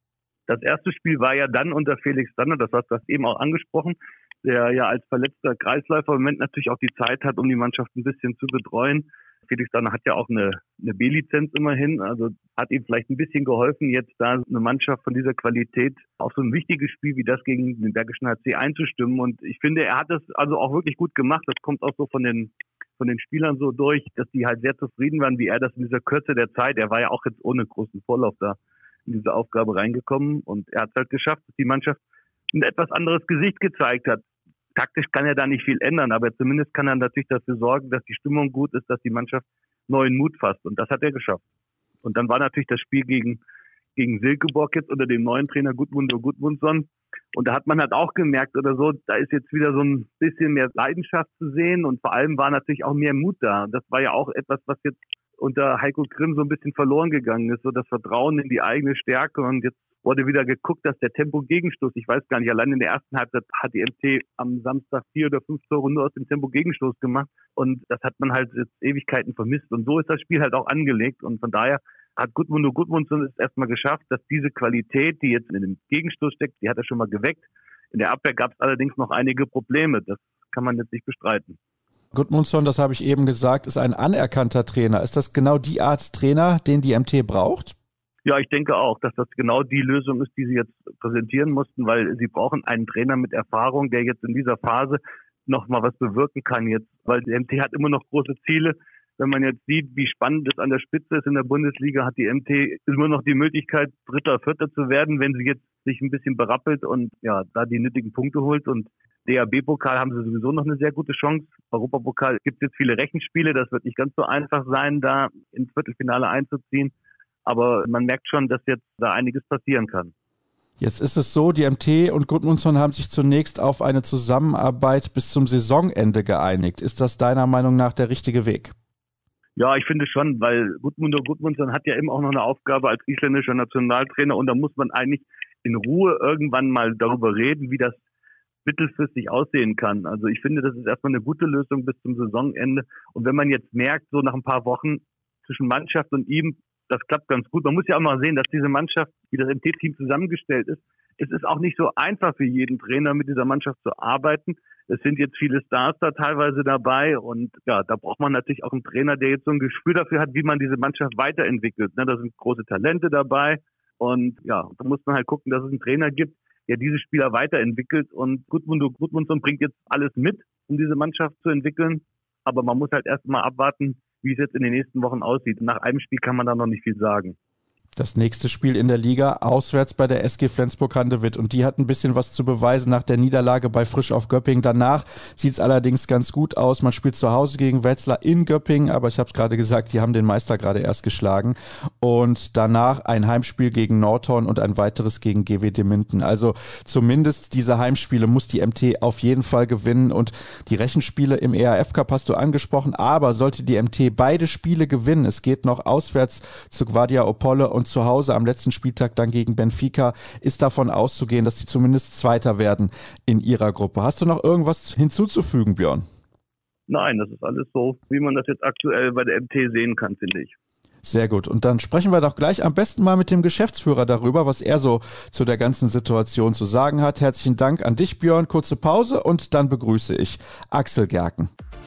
Das erste Spiel war ja dann unter Felix Sander, das hast du eben auch angesprochen, der ja als verletzter Kreisläufer im Moment natürlich auch die Zeit hat, um die Mannschaft ein bisschen zu betreuen. Felix Sander hat ja auch eine B-Lizenz immerhin, also hat ihm vielleicht ein bisschen geholfen, jetzt da eine Mannschaft von dieser Qualität auf so ein wichtiges Spiel wie das gegen den Bergischen HC einzustimmen. Und ich finde, er hat das also auch wirklich gut gemacht. Das kommt auch so von den Spielern so durch, dass die halt sehr zufrieden waren, wie er das in dieser Kürze der Zeit, er war ja auch jetzt ohne großen Vorlauf da in diese Aufgabe reingekommen und er hat es halt geschafft, dass die Mannschaft ein etwas anderes Gesicht gezeigt hat. Taktisch kann er da nicht viel ändern, aber zumindest kann er natürlich dafür sorgen, dass die Stimmung gut ist, dass die Mannschaft neuen Mut fasst. Und das hat er geschafft. Und dann war natürlich das Spiel gegen Silkeborg jetzt unter dem neuen Trainer Gudmundur Gudmundsson. Und da hat man halt auch gemerkt oder so, da ist jetzt wieder so ein bisschen mehr Leidenschaft zu sehen und vor allem war natürlich auch mehr Mut da. Und das war ja auch etwas, was jetzt unter Heiko Grimm so ein bisschen verloren gegangen ist, so das Vertrauen in die eigene Stärke. Und jetzt wurde wieder geguckt, dass der Tempo-Gegenstoß, ich weiß gar nicht, allein in der ersten Halbzeit hat die MT am Samstag 4 oder 5 Tore nur aus dem Tempo-Gegenstoß gemacht und das hat man halt jetzt Ewigkeiten vermisst und so ist das Spiel halt auch angelegt und von daher hat Gudmundur Gudmundsson es erstmal geschafft, dass diese Qualität, die jetzt in dem Gegenstoß steckt, die hat er schon mal geweckt. In der Abwehr gab es allerdings noch einige Probleme, das kann man jetzt nicht bestreiten. Gudmundsson, das habe ich eben gesagt, ist ein anerkannter Trainer. Ist das genau die Art Trainer, den die MT braucht? Ja, ich denke auch, dass das genau die Lösung ist, die sie jetzt präsentieren mussten, weil sie brauchen einen Trainer mit Erfahrung, der jetzt in dieser Phase noch mal was bewirken kann jetzt, weil die MT hat immer noch große Ziele. Wenn man jetzt sieht, wie spannend es an der Spitze ist in der Bundesliga, hat die MT immer noch die Möglichkeit, Dritter, Vierter zu werden, wenn sie jetzt sich ein bisschen berappelt und ja, da die nötigen Punkte holt. Und DHB-Pokal haben sie sowieso noch eine sehr gute Chance. Europapokal gibt es jetzt viele Rechenspiele, das wird nicht ganz so einfach sein, da ins Viertelfinale einzuziehen. Aber man merkt schon, dass jetzt da einiges passieren kann. Jetzt ist es so, die MT und Gudmundsson haben sich zunächst auf eine Zusammenarbeit bis zum Saisonende geeinigt. Ist das deiner Meinung nach der richtige Weg? Ja, ich finde schon, weil Gudmundur Gudmundsson hat ja eben auch noch eine Aufgabe als isländischer Nationaltrainer und da muss man eigentlich in Ruhe irgendwann mal darüber reden, wie das mittelfristig aussehen kann. Also ich finde, das ist erstmal eine gute Lösung bis zum Saisonende. Und wenn man jetzt merkt, so nach ein paar Wochen zwischen Mannschaft und ihm, das klappt ganz gut. Man muss ja auch mal sehen, dass diese Mannschaft, wie das MT-Team zusammengestellt ist, es ist auch nicht so einfach für jeden Trainer, mit dieser Mannschaft zu arbeiten. Es sind jetzt viele Stars da teilweise dabei und ja, da braucht man natürlich auch einen Trainer, der jetzt so ein Gespür dafür hat, wie man diese Mannschaft weiterentwickelt. Da sind große Talente dabei und ja, da muss man halt gucken, dass es einen Trainer gibt, der diese Spieler weiterentwickelt und Gudmundur Gudmundsson bringt jetzt alles mit, um diese Mannschaft zu entwickeln. Aber man muss halt erst mal abwarten, wie es jetzt in den nächsten Wochen aussieht. Nach einem Spiel kann man da noch nicht viel sagen. Das nächste Spiel in der Liga auswärts bei der SG Flensburg-Handewitt und die hat ein bisschen was zu beweisen nach der Niederlage bei Frisch auf Göppingen. Danach sieht es allerdings ganz gut aus. Man spielt zu Hause gegen Wetzlar in Göppingen, aber ich habe es gerade gesagt, die haben den Meister gerade erst geschlagen und danach ein Heimspiel gegen Nordhorn und ein weiteres gegen GWD Minden. Also zumindest diese Heimspiele muss die MT auf jeden Fall gewinnen und die Rechenspiele im ERF Cup hast du angesprochen, aber sollte die MT beide Spiele gewinnen, es geht noch auswärts zu Gvardia Opole und zu Hause am letzten Spieltag dann gegen Benfica, ist davon auszugehen, dass sie zumindest Zweiter werden in ihrer Gruppe. Hast du noch irgendwas hinzuzufügen, Björn? Nein, das ist alles so, wie man das jetzt aktuell bei der MT sehen kann, finde ich. Sehr gut. Und dann sprechen wir doch gleich am besten mal mit dem Geschäftsführer darüber, was er so zu der ganzen Situation zu sagen hat. Herzlichen Dank an dich, Björn. Kurze Pause und dann begrüße ich Axel Gerken.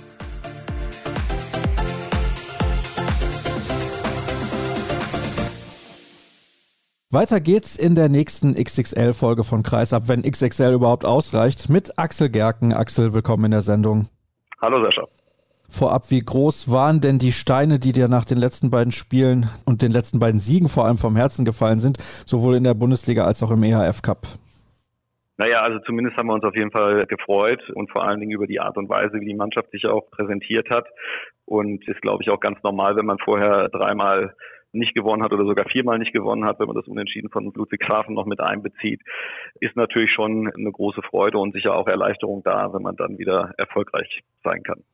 Weiter geht's in der nächsten XXL-Folge von Kreisab, wenn XXL überhaupt ausreicht, mit Axel Gerken. Axel, willkommen in der Sendung. Hallo Sascha. Vorab, wie groß waren denn die Steine, die dir nach den letzten beiden Spielen und den letzten beiden Siegen vor allem vom Herzen gefallen sind, sowohl in der Bundesliga als auch im EHF Cup? Naja, also zumindest haben wir uns auf jeden Fall gefreut und vor allen Dingen über die Art und Weise, wie die Mannschaft sich auch präsentiert hat. Und ist, glaube ich, auch ganz normal, wenn man vorher dreimal nicht gewonnen hat oder sogar viermal nicht gewonnen hat, wenn man das Unentschieden von Ludwigshafen noch mit einbezieht, ist natürlich schon eine große Freude und sicher auch Erleichterung da, wenn man dann wieder erfolgreich sein kann.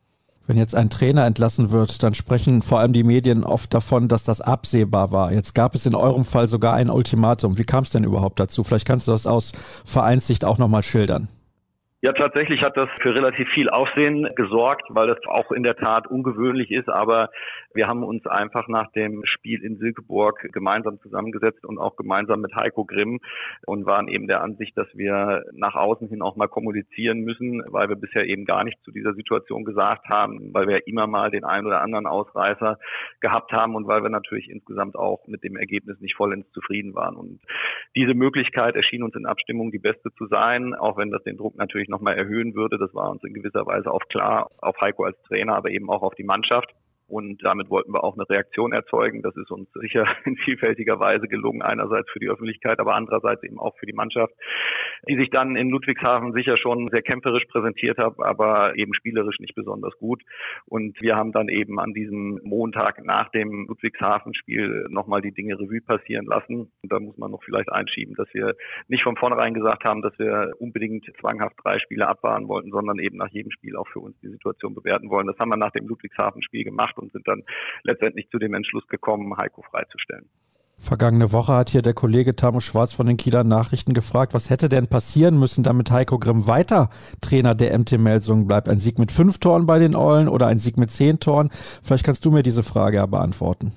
Wenn jetzt ein Trainer entlassen wird, dann sprechen vor allem die Medien oft davon, dass das absehbar war. Jetzt gab es in eurem Fall sogar ein Ultimatum. Wie kam es denn überhaupt dazu? Vielleicht kannst du das aus Vereinssicht auch nochmal schildern. Ja, tatsächlich hat das für relativ viel Aufsehen gesorgt, weil das auch in der Tat ungewöhnlich ist. Aber wir haben uns einfach nach dem Spiel in Silkeborg gemeinsam zusammengesetzt und auch gemeinsam mit Heiko Grimm und waren eben der Ansicht, dass wir nach außen hin auch mal kommunizieren müssen, weil wir bisher eben gar nichts zu dieser Situation gesagt haben, weil wir immer mal den einen oder anderen Ausreißer gehabt haben und weil wir natürlich insgesamt auch mit dem Ergebnis nicht vollends zufrieden waren. Und diese Möglichkeit erschien uns in Abstimmung die beste zu sein, auch wenn das den Druck natürlich nochmal erhöhen würde. Das war uns in gewisser Weise auch klar, auf Heiko als Trainer, aber eben auch auf die Mannschaft. Und damit wollten wir auch eine Reaktion erzeugen. Das ist uns sicher in vielfältiger Weise gelungen, einerseits für die Öffentlichkeit, aber andererseits eben auch für die Mannschaft, die sich dann in Ludwigshafen sicher schon sehr kämpferisch präsentiert hat, aber eben spielerisch nicht besonders gut. Und wir haben dann eben an diesem Montag nach dem Ludwigshafen-Spiel nochmal die Dinge Revue passieren lassen. Und da muss man noch vielleicht einschieben, dass wir nicht von vornherein gesagt haben, dass wir unbedingt zwanghaft 3 Spiele abwarten wollten, sondern eben nach jedem Spiel auch für uns die Situation bewerten wollen. Das haben wir nach dem Ludwigshafen-Spiel gemacht und sind dann letztendlich zu dem Entschluss gekommen, Heiko freizustellen. Vergangene Woche hat hier der Kollege Tamo Schwarz von den Kieler Nachrichten gefragt, was hätte denn passieren müssen, damit Heiko Grimm weiter Trainer der MT Melsungen bleibt? Ein Sieg mit 5 Toren bei den Eulen oder ein Sieg mit 10 Toren? Vielleicht kannst du mir diese Frage ja beantworten.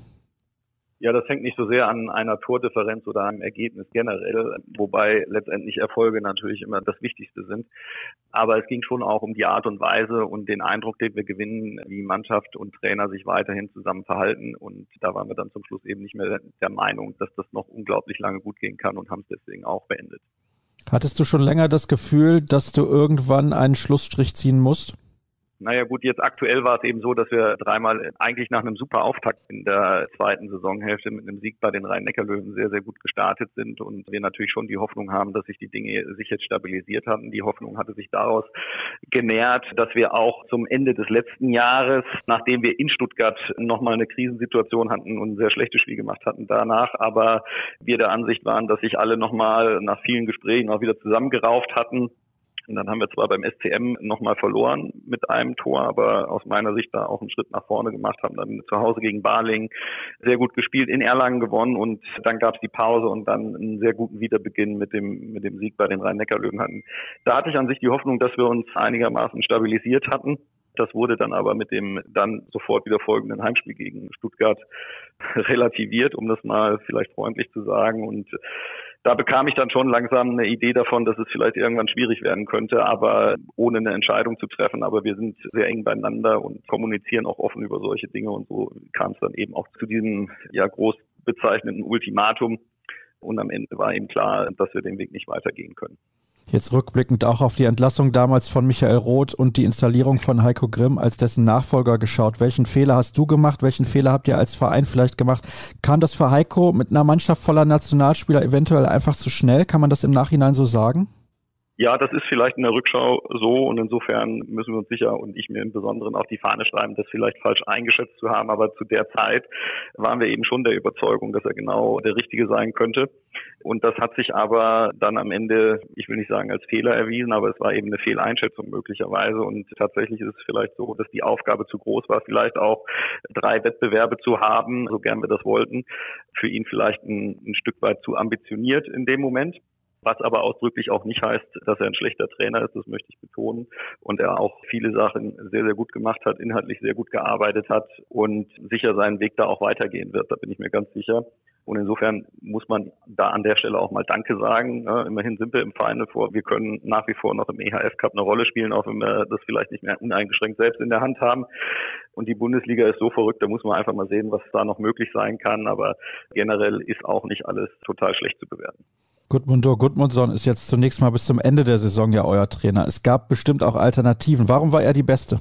Ja, das hängt nicht so sehr an einer Tordifferenz oder einem Ergebnis generell, wobei letztendlich Erfolge natürlich immer das Wichtigste sind. Aber es ging schon auch um die Art und Weise und den Eindruck, den wir gewinnen, wie Mannschaft und Trainer sich weiterhin zusammen verhalten. Und da waren wir dann zum Schluss eben nicht mehr der Meinung, dass das noch unglaublich lange gut gehen kann und haben es deswegen auch beendet. Hattest du schon länger das Gefühl, dass du irgendwann einen Schlussstrich ziehen musst? Naja gut, jetzt aktuell war es eben so, dass wir 3-mal eigentlich nach einem super Auftakt in der zweiten Saisonhälfte mit einem Sieg bei den Rhein-Neckar-Löwen sehr, sehr gut gestartet sind und wir natürlich schon die Hoffnung haben, dass sich die Dinge sich jetzt stabilisiert hatten. Die Hoffnung hatte sich daraus genährt, dass wir auch zum Ende des letzten Jahres, nachdem wir in Stuttgart nochmal eine Krisensituation hatten und ein sehr schlechtes Spiel gemacht hatten danach, aber wir der Ansicht waren, dass sich alle nochmal nach vielen Gesprächen auch wieder zusammengerauft hatten. Und dann haben wir zwar beim SCM nochmal verloren mit einem Tor, aber aus meiner Sicht da auch einen Schritt nach vorne gemacht, haben dann zu Hause gegen Balingen sehr gut gespielt, in Erlangen gewonnen und dann gab es die Pause und dann einen sehr guten Wiederbeginn mit dem Sieg bei den Rhein-Neckar-Löwen hatten. Da hatte ich an sich die Hoffnung, dass wir uns einigermaßen stabilisiert hatten. Das wurde dann aber mit dem dann sofort wieder folgenden Heimspiel gegen Stuttgart relativiert, um das mal vielleicht freundlich zu sagen. Und da bekam ich dann schon langsam eine Idee davon, dass es vielleicht irgendwann schwierig werden könnte, aber ohne eine Entscheidung zu treffen. Aber wir sind sehr eng beieinander und kommunizieren auch offen über solche Dinge. Und so kam es dann eben auch zu diesem ja groß bezeichneten Ultimatum. Und am Ende war eben klar, dass wir den Weg nicht weitergehen können. Jetzt rückblickend auch auf die Entlassung damals von Michael Roth und die Installierung von Heiko Grimm als dessen Nachfolger geschaut. Welchen Fehler hast du gemacht? Welchen Fehler habt ihr als Verein vielleicht gemacht? Kam das für Heiko mit einer Mannschaft voller Nationalspieler eventuell einfach zu schnell? Kann man das im Nachhinein so sagen? Ja, das ist vielleicht in der Rückschau so und insofern müssen wir uns sicher und ich mir im Besonderen auf die Fahne schreiben, das vielleicht falsch eingeschätzt zu haben. Aber zu der Zeit waren wir eben schon der Überzeugung, dass er genau der Richtige sein könnte. Und das hat sich aber dann am Ende, ich will nicht sagen als Fehler erwiesen, aber es war eben eine Fehleinschätzung möglicherweise. Und tatsächlich ist es vielleicht so, dass die Aufgabe zu groß war, vielleicht auch 3 Wettbewerbe zu haben, so gern wir das wollten, für ihn vielleicht ein Stück weit zu ambitioniert in dem Moment. Was aber ausdrücklich auch nicht heißt, dass er ein schlechter Trainer ist, das möchte ich betonen. Und er auch viele Sachen sehr, sehr gut gemacht hat, inhaltlich sehr gut gearbeitet hat und sicher seinen Weg da auch weitergehen wird, da bin ich mir ganz sicher. Und insofern muss man da an der Stelle auch mal Danke sagen. Ja, immerhin sind wir im Final Four. Wir können nach wie vor noch im EHF Cup eine Rolle spielen, auch wenn wir das vielleicht nicht mehr uneingeschränkt selbst in der Hand haben. Und die Bundesliga ist so verrückt, da muss man einfach mal sehen, was da noch möglich sein kann. Aber generell ist auch nicht alles total schlecht zu bewerten. Gudmundur Gudmundsson ist jetzt zunächst mal bis zum Ende der Saison ja euer Trainer. Es gab bestimmt auch Alternativen. Warum war er die Beste?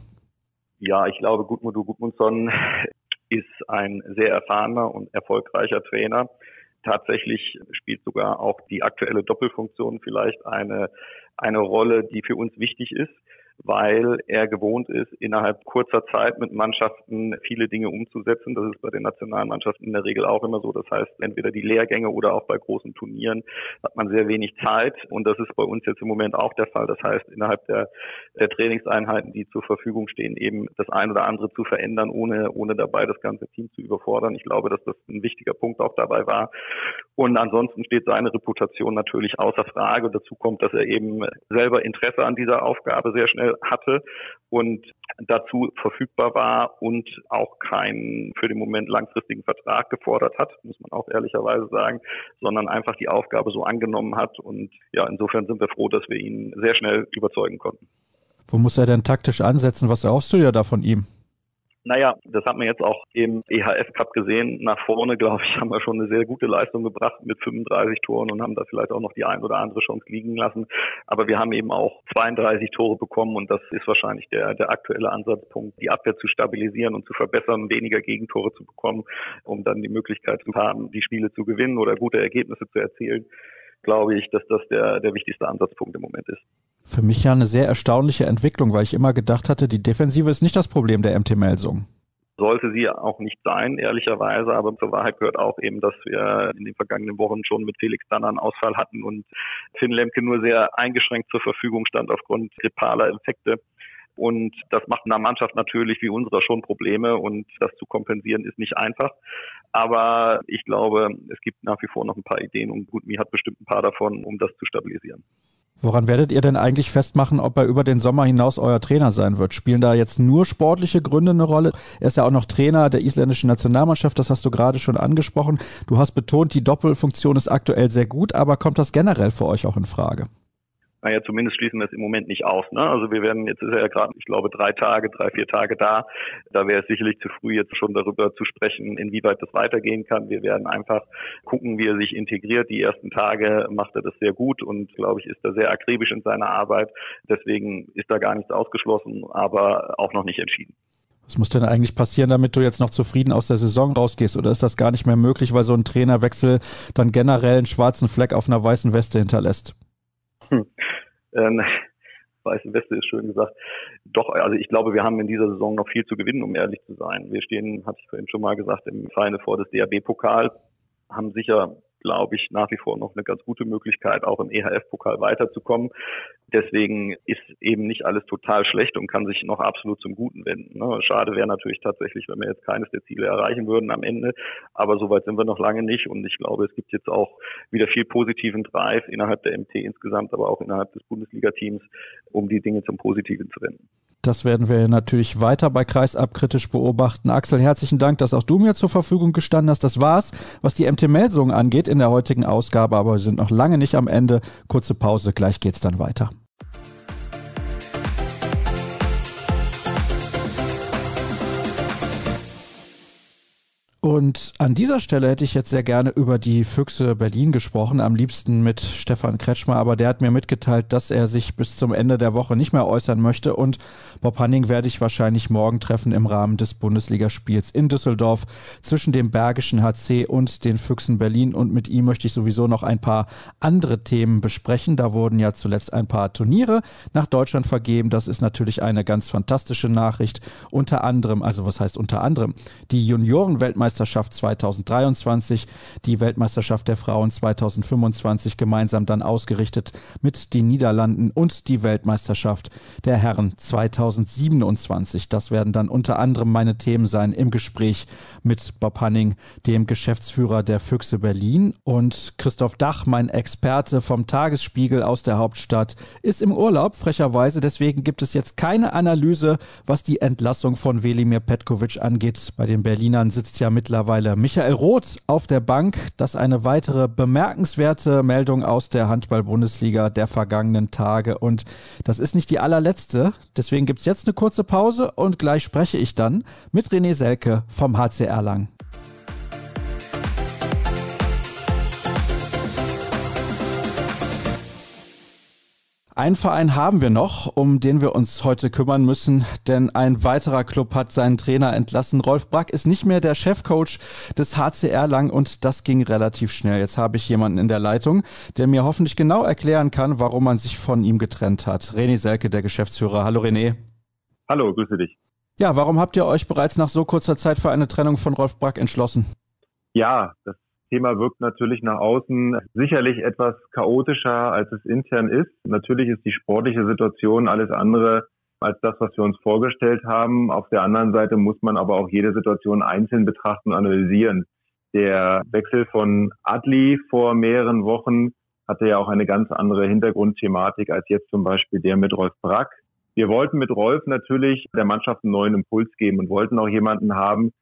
Ja, ich glaube, Gudmundur Gudmundsson ist ein sehr erfahrener und erfolgreicher Trainer. Tatsächlich spielt sogar auch die aktuelle Doppelfunktion vielleicht eine Rolle, die für uns wichtig ist, weil er gewohnt ist, innerhalb kurzer Zeit mit Mannschaften viele Dinge umzusetzen. Das ist bei den nationalen Mannschaften in der Regel auch immer so. Das heißt, entweder die Lehrgänge oder auch bei großen Turnieren hat man sehr wenig Zeit. Und das ist bei uns jetzt im Moment auch der Fall. Das heißt, innerhalb der Trainingseinheiten, die zur Verfügung stehen, eben das ein oder andere zu verändern, ohne dabei das ganze Team zu überfordern. Ich glaube, dass das ein wichtiger Punkt auch dabei war. Und ansonsten steht seine Reputation natürlich außer Frage. Dazu kommt, dass er eben selber Interesse an dieser Aufgabe sehr schnell hatte und dazu verfügbar war und auch keinen für den Moment langfristigen Vertrag gefordert hat, muss man auch ehrlicherweise sagen, sondern einfach die Aufgabe so angenommen hat. Und ja, insofern sind wir froh, dass wir ihn sehr schnell überzeugen konnten. Wo muss er denn taktisch ansetzen? Was erhoffst du ja da von ihm? Naja, das hat man jetzt auch im EHF Cup gesehen. Nach vorne, glaube ich, haben wir schon eine sehr gute Leistung gebracht mit 35 Toren und haben da vielleicht auch noch die ein oder andere Chance liegen lassen. Aber wir haben eben auch 32 Tore bekommen und das ist wahrscheinlich der aktuelle Ansatzpunkt, die Abwehr zu stabilisieren und zu verbessern, weniger Gegentore zu bekommen, um dann die Möglichkeit zu haben, die Spiele zu gewinnen oder gute Ergebnisse zu erzielen. Glaube ich, dass das der wichtigste Ansatzpunkt im Moment ist. Für mich ja eine sehr erstaunliche Entwicklung, weil ich immer gedacht hatte, die Defensive ist nicht das Problem der MT Melsungen. Sollte sie auch nicht sein, ehrlicherweise, aber zur Wahrheit gehört auch eben, dass wir in den vergangenen Wochen schon mit Felix Danner einen Ausfall hatten und Finn Lemke nur sehr eingeschränkt zur Verfügung stand aufgrund grippaler Infekte. Und das macht einer Mannschaft natürlich wie unserer schon Probleme und das zu kompensieren ist nicht einfach. Aber ich glaube, es gibt nach wie vor noch ein paar Ideen und Gudmi hat bestimmt ein paar davon, um das zu stabilisieren. Woran werdet ihr denn eigentlich festmachen, ob er über den Sommer hinaus euer Trainer sein wird? Spielen da jetzt nur sportliche Gründe eine Rolle? Er ist ja auch noch Trainer der isländischen Nationalmannschaft, das hast du gerade schon angesprochen. Du hast betont, die Doppelfunktion ist aktuell sehr gut, aber kommt das generell für euch auch in Frage? Naja, zumindest schließen wir es im Moment nicht aus, ne? Also wir werden, jetzt ist er ja gerade, ich glaube, 3, 4 Tage da. Da wäre es sicherlich zu früh, jetzt schon darüber zu sprechen, inwieweit das weitergehen kann. Wir werden einfach gucken, wie er sich integriert. Die ersten Tage macht er das sehr gut und, glaube ich, ist er sehr akribisch in seiner Arbeit. Deswegen ist da gar nichts ausgeschlossen, aber auch noch nicht entschieden. Was muss denn eigentlich passieren, damit du jetzt noch zufrieden aus der Saison rausgehst? Oder ist das gar nicht mehr möglich, weil so ein Trainerwechsel dann generell einen schwarzen Fleck auf einer weißen Weste hinterlässt? Weiße Weste ist schön gesagt. Doch, also ich glaube, wir haben in dieser Saison noch viel zu gewinnen, um ehrlich zu sein. Wir stehen, hatte ich vorhin schon mal gesagt, im Final Four des DHB-Pokals, haben sicher, glaube ich, nach wie vor noch eine ganz gute Möglichkeit, auch im EHF-Pokal weiterzukommen. Deswegen ist eben nicht alles total schlecht und kann sich noch absolut zum Guten wenden. Schade wäre natürlich tatsächlich, wenn wir jetzt keines der Ziele erreichen würden am Ende. Aber so weit sind wir noch lange nicht. Und ich glaube, es gibt jetzt auch wieder viel positiven Drive innerhalb der MT insgesamt, aber auch innerhalb des Bundesliga-Teams, um die Dinge zum Positiven zu wenden. Das werden wir natürlich weiter bei Kreisab kritisch beobachten. Axel, herzlichen Dank, dass auch du mir zur Verfügung gestanden hast. Das war's, was die MT Melsungen angeht in der heutigen Ausgabe, aber wir sind noch lange nicht am Ende. Kurze Pause, gleich geht's dann weiter. Und an dieser Stelle hätte ich jetzt sehr gerne über die Füchse Berlin gesprochen, am liebsten mit Stefan Kretschmer, aber der hat mir mitgeteilt, dass er sich bis zum Ende der Woche nicht mehr äußern möchte und Bob Hanning werde ich wahrscheinlich morgen treffen im Rahmen des Bundesligaspiels in Düsseldorf zwischen dem Bergischen HC und den Füchsen Berlin und mit ihm möchte ich sowieso noch ein paar andere Themen besprechen. Da wurden ja zuletzt ein paar Turniere nach Deutschland vergeben, das ist natürlich eine ganz fantastische Nachricht, unter anderem, also was heißt unter anderem, die Junioren-Weltmeisterschaft 2023, die Weltmeisterschaft der Frauen 2025 gemeinsam dann ausgerichtet mit den Niederlanden und die Weltmeisterschaft der Herren 2027. Das werden dann unter anderem meine Themen sein im Gespräch mit Bob Hanning, dem Geschäftsführer der Füchse Berlin, und Christoph Dach, mein Experte vom Tagesspiegel aus der Hauptstadt, ist im Urlaub, frecherweise, deswegen gibt es jetzt keine Analyse, was die Entlassung von Velimir Petkovic angeht. Bei den Berlinern sitzt ja mittlerweile Michael Roth auf der Bank. Das ist eine weitere bemerkenswerte Meldung aus der Handball-Bundesliga der vergangenen Tage. Und das ist nicht die allerletzte. Deswegen gibt es jetzt eine kurze Pause und gleich spreche ich dann mit René Selke vom HC Erlangen. Einen Verein haben wir noch, um den wir uns heute kümmern müssen, denn ein weiterer Club hat seinen Trainer entlassen. Rolf Brack ist nicht mehr der Chefcoach des HC Erlangen und das ging relativ schnell. Jetzt habe ich jemanden in der Leitung, der mir hoffentlich genau erklären kann, warum man sich von ihm getrennt hat. René Selke, der Geschäftsführer. Hallo René. Hallo, grüße dich. Ja, warum habt ihr euch bereits nach so kurzer Zeit für eine Trennung von Rolf Brack entschlossen? Ja, das Thema wirkt natürlich nach außen sicherlich etwas chaotischer, als es intern ist. Natürlich ist die sportliche Situation alles andere als das, was wir uns vorgestellt haben. Auf der anderen Seite muss man aber auch jede Situation einzeln betrachten und analysieren. Der Wechsel von Adli vor mehreren Wochen hatte ja auch eine ganz andere Hintergrundthematik als jetzt zum Beispiel der mit Rolf Brack. Wir wollten mit Rolf natürlich der Mannschaft einen neuen Impuls geben und wollten auch jemanden haben,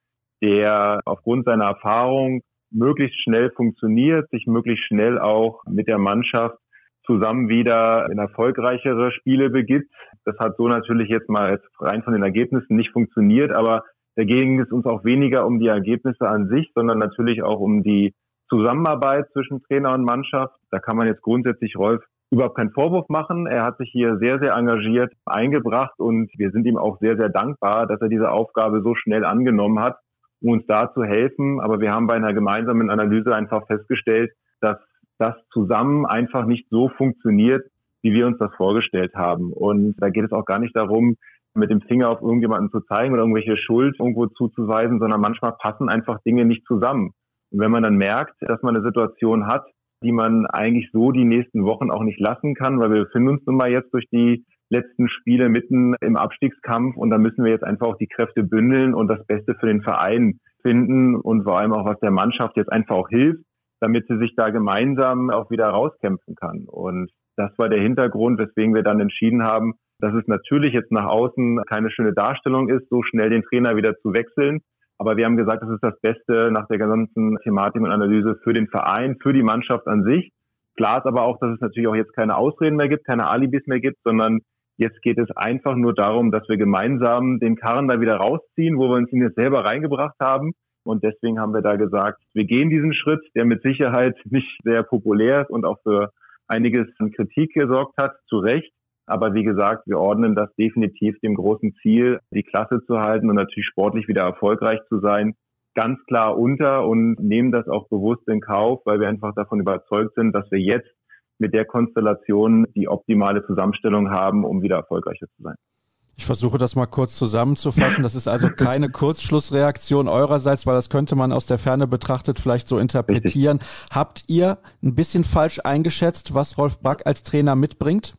der aufgrund seiner Erfahrung möglichst schnell funktioniert, sich möglichst schnell auch mit der Mannschaft zusammen wieder in erfolgreichere Spiele begibt. Das hat so natürlich jetzt mal rein von den Ergebnissen nicht funktioniert, aber da ging es uns auch weniger um die Ergebnisse an sich, sondern natürlich auch um die Zusammenarbeit zwischen Trainer und Mannschaft. Da kann man jetzt grundsätzlich Rolf überhaupt keinen Vorwurf machen. Er hat sich hier sehr, sehr engagiert eingebracht und wir sind ihm auch sehr, sehr dankbar, dass er diese Aufgabe so schnell angenommen hat, um uns da zu helfen. Aber wir haben bei einer gemeinsamen Analyse einfach festgestellt, dass das zusammen einfach nicht so funktioniert, wie wir uns das vorgestellt haben. Und da geht es auch gar nicht darum, mit dem Finger auf irgendjemanden zu zeigen oder irgendwelche Schuld irgendwo zuzuweisen, sondern manchmal passen einfach Dinge nicht zusammen. Und wenn man dann merkt, dass man eine Situation hat, die man eigentlich so die nächsten Wochen auch nicht lassen kann, weil wir befinden uns nun mal jetzt durch die letzten Spiele mitten im Abstiegskampf und da müssen wir jetzt einfach auch die Kräfte bündeln und das Beste für den Verein finden und vor allem auch, was der Mannschaft jetzt einfach auch hilft, damit sie sich da gemeinsam auch wieder rauskämpfen kann. Und das war der Hintergrund, weswegen wir dann entschieden haben, dass es natürlich jetzt nach außen keine schöne Darstellung ist, so schnell den Trainer wieder zu wechseln. Aber wir haben gesagt, das ist das Beste nach der gesamten Thematik und Analyse für den Verein, für die Mannschaft an sich. Klar ist aber auch, dass es natürlich auch jetzt keine Ausreden mehr gibt, keine Alibis mehr gibt, sondern jetzt geht es einfach nur darum, dass wir gemeinsam den Karren da wieder rausziehen, wo wir uns ihn jetzt selber reingebracht haben. Und deswegen haben wir da gesagt, wir gehen diesen Schritt, der mit Sicherheit nicht sehr populär ist und auch für einiges an Kritik gesorgt hat, zu Recht. Aber wie gesagt, wir ordnen das definitiv dem großen Ziel, die Klasse zu halten und natürlich sportlich wieder erfolgreich zu sein, ganz klar unter und nehmen das auch bewusst in Kauf, weil wir einfach davon überzeugt sind, dass wir jetzt mit der Konstellation die optimale Zusammenstellung haben, um wieder erfolgreicher zu sein. Ich versuche das mal kurz zusammenzufassen. Das ist also keine Kurzschlussreaktion eurerseits, weil das könnte man aus der Ferne betrachtet vielleicht so interpretieren. Richtig. Habt ihr ein bisschen falsch eingeschätzt, was Rolf Brack als Trainer mitbringt?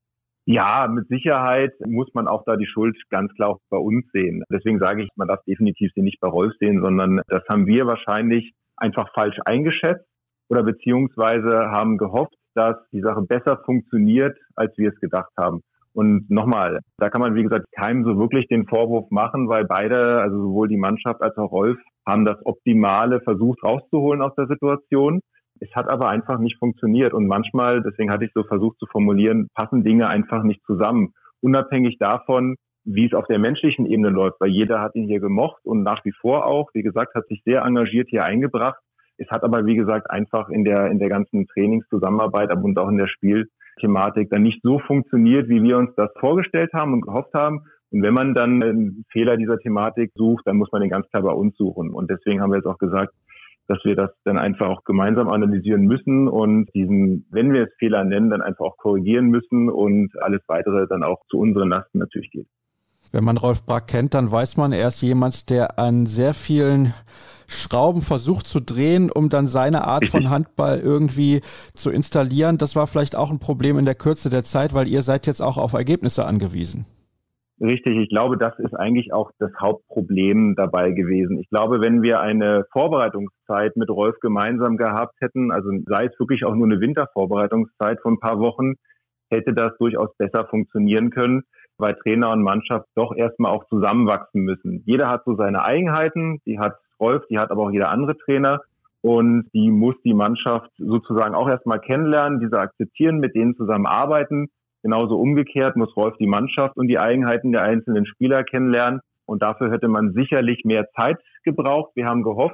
Ja, mit Sicherheit muss man auch da die Schuld ganz klar auch bei uns sehen. Deswegen sage ich, man darf definitiv sie nicht bei Rolf sehen, sondern das haben wir wahrscheinlich einfach falsch eingeschätzt oder beziehungsweise haben gehofft, dass die Sache besser funktioniert, als wir es gedacht haben. Und nochmal, da kann man, wie gesagt, keinem so wirklich den Vorwurf machen, weil beide, also sowohl die Mannschaft als auch Rolf, haben das Optimale versucht rauszuholen aus der Situation. Es hat aber einfach nicht funktioniert und manchmal, deswegen hatte ich so versucht zu formulieren, passen Dinge einfach nicht zusammen. Unabhängig davon, wie es auf der menschlichen Ebene läuft, weil jeder hat ihn hier gemocht und nach wie vor auch, wie gesagt, hat sich sehr engagiert hier eingebracht. Es hat aber, wie gesagt, einfach in der ganzen Trainingszusammenarbeit und auch in der Spielthematik dann nicht so funktioniert, wie wir uns das vorgestellt haben und gehofft haben. Und wenn man dann einen Fehler dieser Thematik sucht, dann muss man den ganz klar bei uns suchen. Und deswegen haben wir jetzt auch gesagt, dass wir das dann einfach auch gemeinsam analysieren müssen und diesen, wenn wir es Fehler nennen, dann einfach auch korrigieren müssen und alles Weitere dann auch zu unseren Lasten natürlich geht. Wenn man Rolf Brack kennt, dann weiß man, er ist jemand, der an sehr vielen Schrauben versucht zu drehen, um dann seine Art von Handball irgendwie zu installieren. Das war vielleicht auch ein Problem in der Kürze der Zeit, weil ihr seid jetzt auch auf Ergebnisse angewiesen. Richtig, ich glaube, das ist eigentlich auch das Hauptproblem dabei gewesen. Ich glaube, wenn wir eine Vorbereitungszeit mit Rolf gemeinsam gehabt hätten, also sei es wirklich auch nur eine Wintervorbereitungszeit von ein paar Wochen, hätte das durchaus besser funktionieren können, weil Trainer und Mannschaft doch erstmal auch zusammenwachsen müssen. Jeder hat so seine Eigenheiten, die hat Rolf, die hat aber auch jeder andere Trainer und die muss die Mannschaft sozusagen auch erstmal kennenlernen, diese akzeptieren, mit denen zusammenarbeiten. Genauso umgekehrt muss Rolf die Mannschaft und die Eigenheiten der einzelnen Spieler kennenlernen. Und dafür hätte man sicherlich mehr Zeit gebraucht. Wir haben gehofft,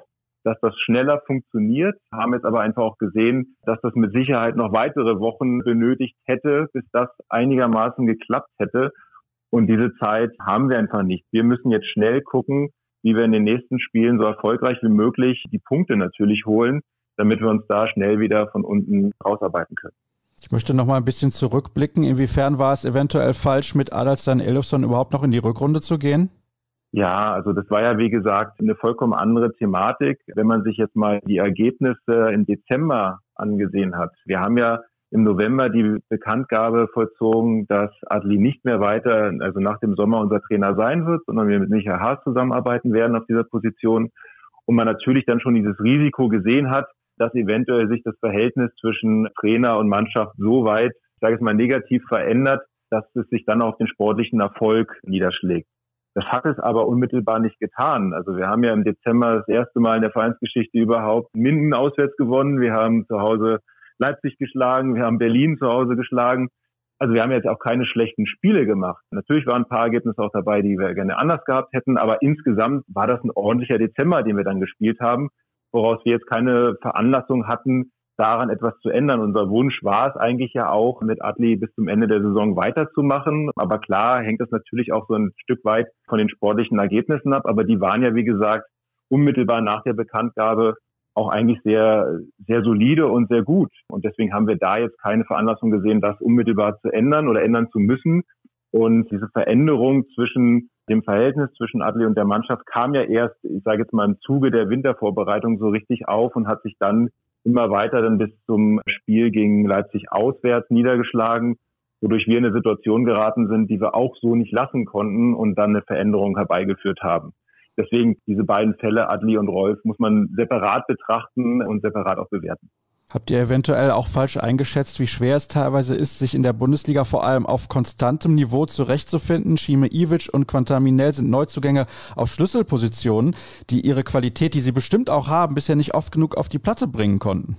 dass das schneller funktioniert, haben jetzt aber einfach auch gesehen, dass das mit Sicherheit noch weitere Wochen benötigt hätte, bis das einigermaßen geklappt hätte. Und diese Zeit haben wir einfach nicht. Wir müssen jetzt schnell gucken, wie wir in den nächsten Spielen so erfolgreich wie möglich die Punkte natürlich holen, damit wir uns da schnell wieder von unten rausarbeiten können. Ich möchte noch mal ein bisschen zurückblicken. Inwiefern war es eventuell falsch, mit Adelstan Elofsson überhaupt noch in die Rückrunde zu gehen? Ja, also das war ja wie gesagt eine vollkommen andere Thematik. Wenn man sich jetzt mal die Ergebnisse im Dezember angesehen hat. Wir haben ja im November die Bekanntgabe vollzogen, dass Adli nicht mehr weiter, also nach dem Sommer unser Trainer sein wird, sondern wir mit Michael Haas zusammenarbeiten werden auf dieser Position. Und man natürlich dann schon dieses Risiko gesehen hat, dass eventuell sich das Verhältnis zwischen Trainer und Mannschaft so weit, ich sage es mal, negativ verändert, dass es sich dann auf den sportlichen Erfolg niederschlägt. Das hat es aber unmittelbar nicht getan. Also wir haben ja im Dezember das erste Mal in der Vereinsgeschichte überhaupt Minden auswärts gewonnen. Wir haben zu Hause Leipzig geschlagen, wir haben Berlin zu Hause geschlagen. Also wir haben jetzt auch keine schlechten Spiele gemacht. Natürlich waren ein paar Ergebnisse auch dabei, die wir gerne anders gehabt hätten, aber insgesamt war das ein ordentlicher Dezember, den wir dann gespielt haben, woraus wir jetzt keine Veranlassung hatten, daran etwas zu ändern. Unser Wunsch war es eigentlich ja auch, mit Adli bis zum Ende der Saison weiterzumachen. Aber klar hängt das natürlich auch so ein Stück weit von den sportlichen Ergebnissen ab. Aber die waren ja, wie gesagt, unmittelbar nach der Bekanntgabe auch eigentlich sehr, sehr solide und sehr gut. Und deswegen haben wir da jetzt keine Veranlassung gesehen, das unmittelbar zu ändern oder ändern zu müssen. Und diese Veränderung zwischen dem Verhältnis zwischen Adli und der Mannschaft kam ja erst, ich sage jetzt mal, im Zuge der Wintervorbereitung so richtig auf und hat sich dann immer weiter dann bis zum Spiel gegen Leipzig auswärts niedergeschlagen, wodurch wir in eine Situation geraten sind, die wir auch so nicht lassen konnten und dann eine Veränderung herbeigeführt haben. Deswegen diese beiden Fälle, Adli und Rolf, muss man separat betrachten und separat auch bewerten. Habt ihr eventuell auch falsch eingeschätzt, wie schwer es teilweise ist, sich in der Bundesliga vor allem auf konstantem Niveau zurechtzufinden? Šime Ivić und Quentin Minel sind Neuzugänge auf Schlüsselpositionen, die ihre Qualität, die sie bestimmt auch haben, bisher nicht oft genug auf die Platte bringen konnten.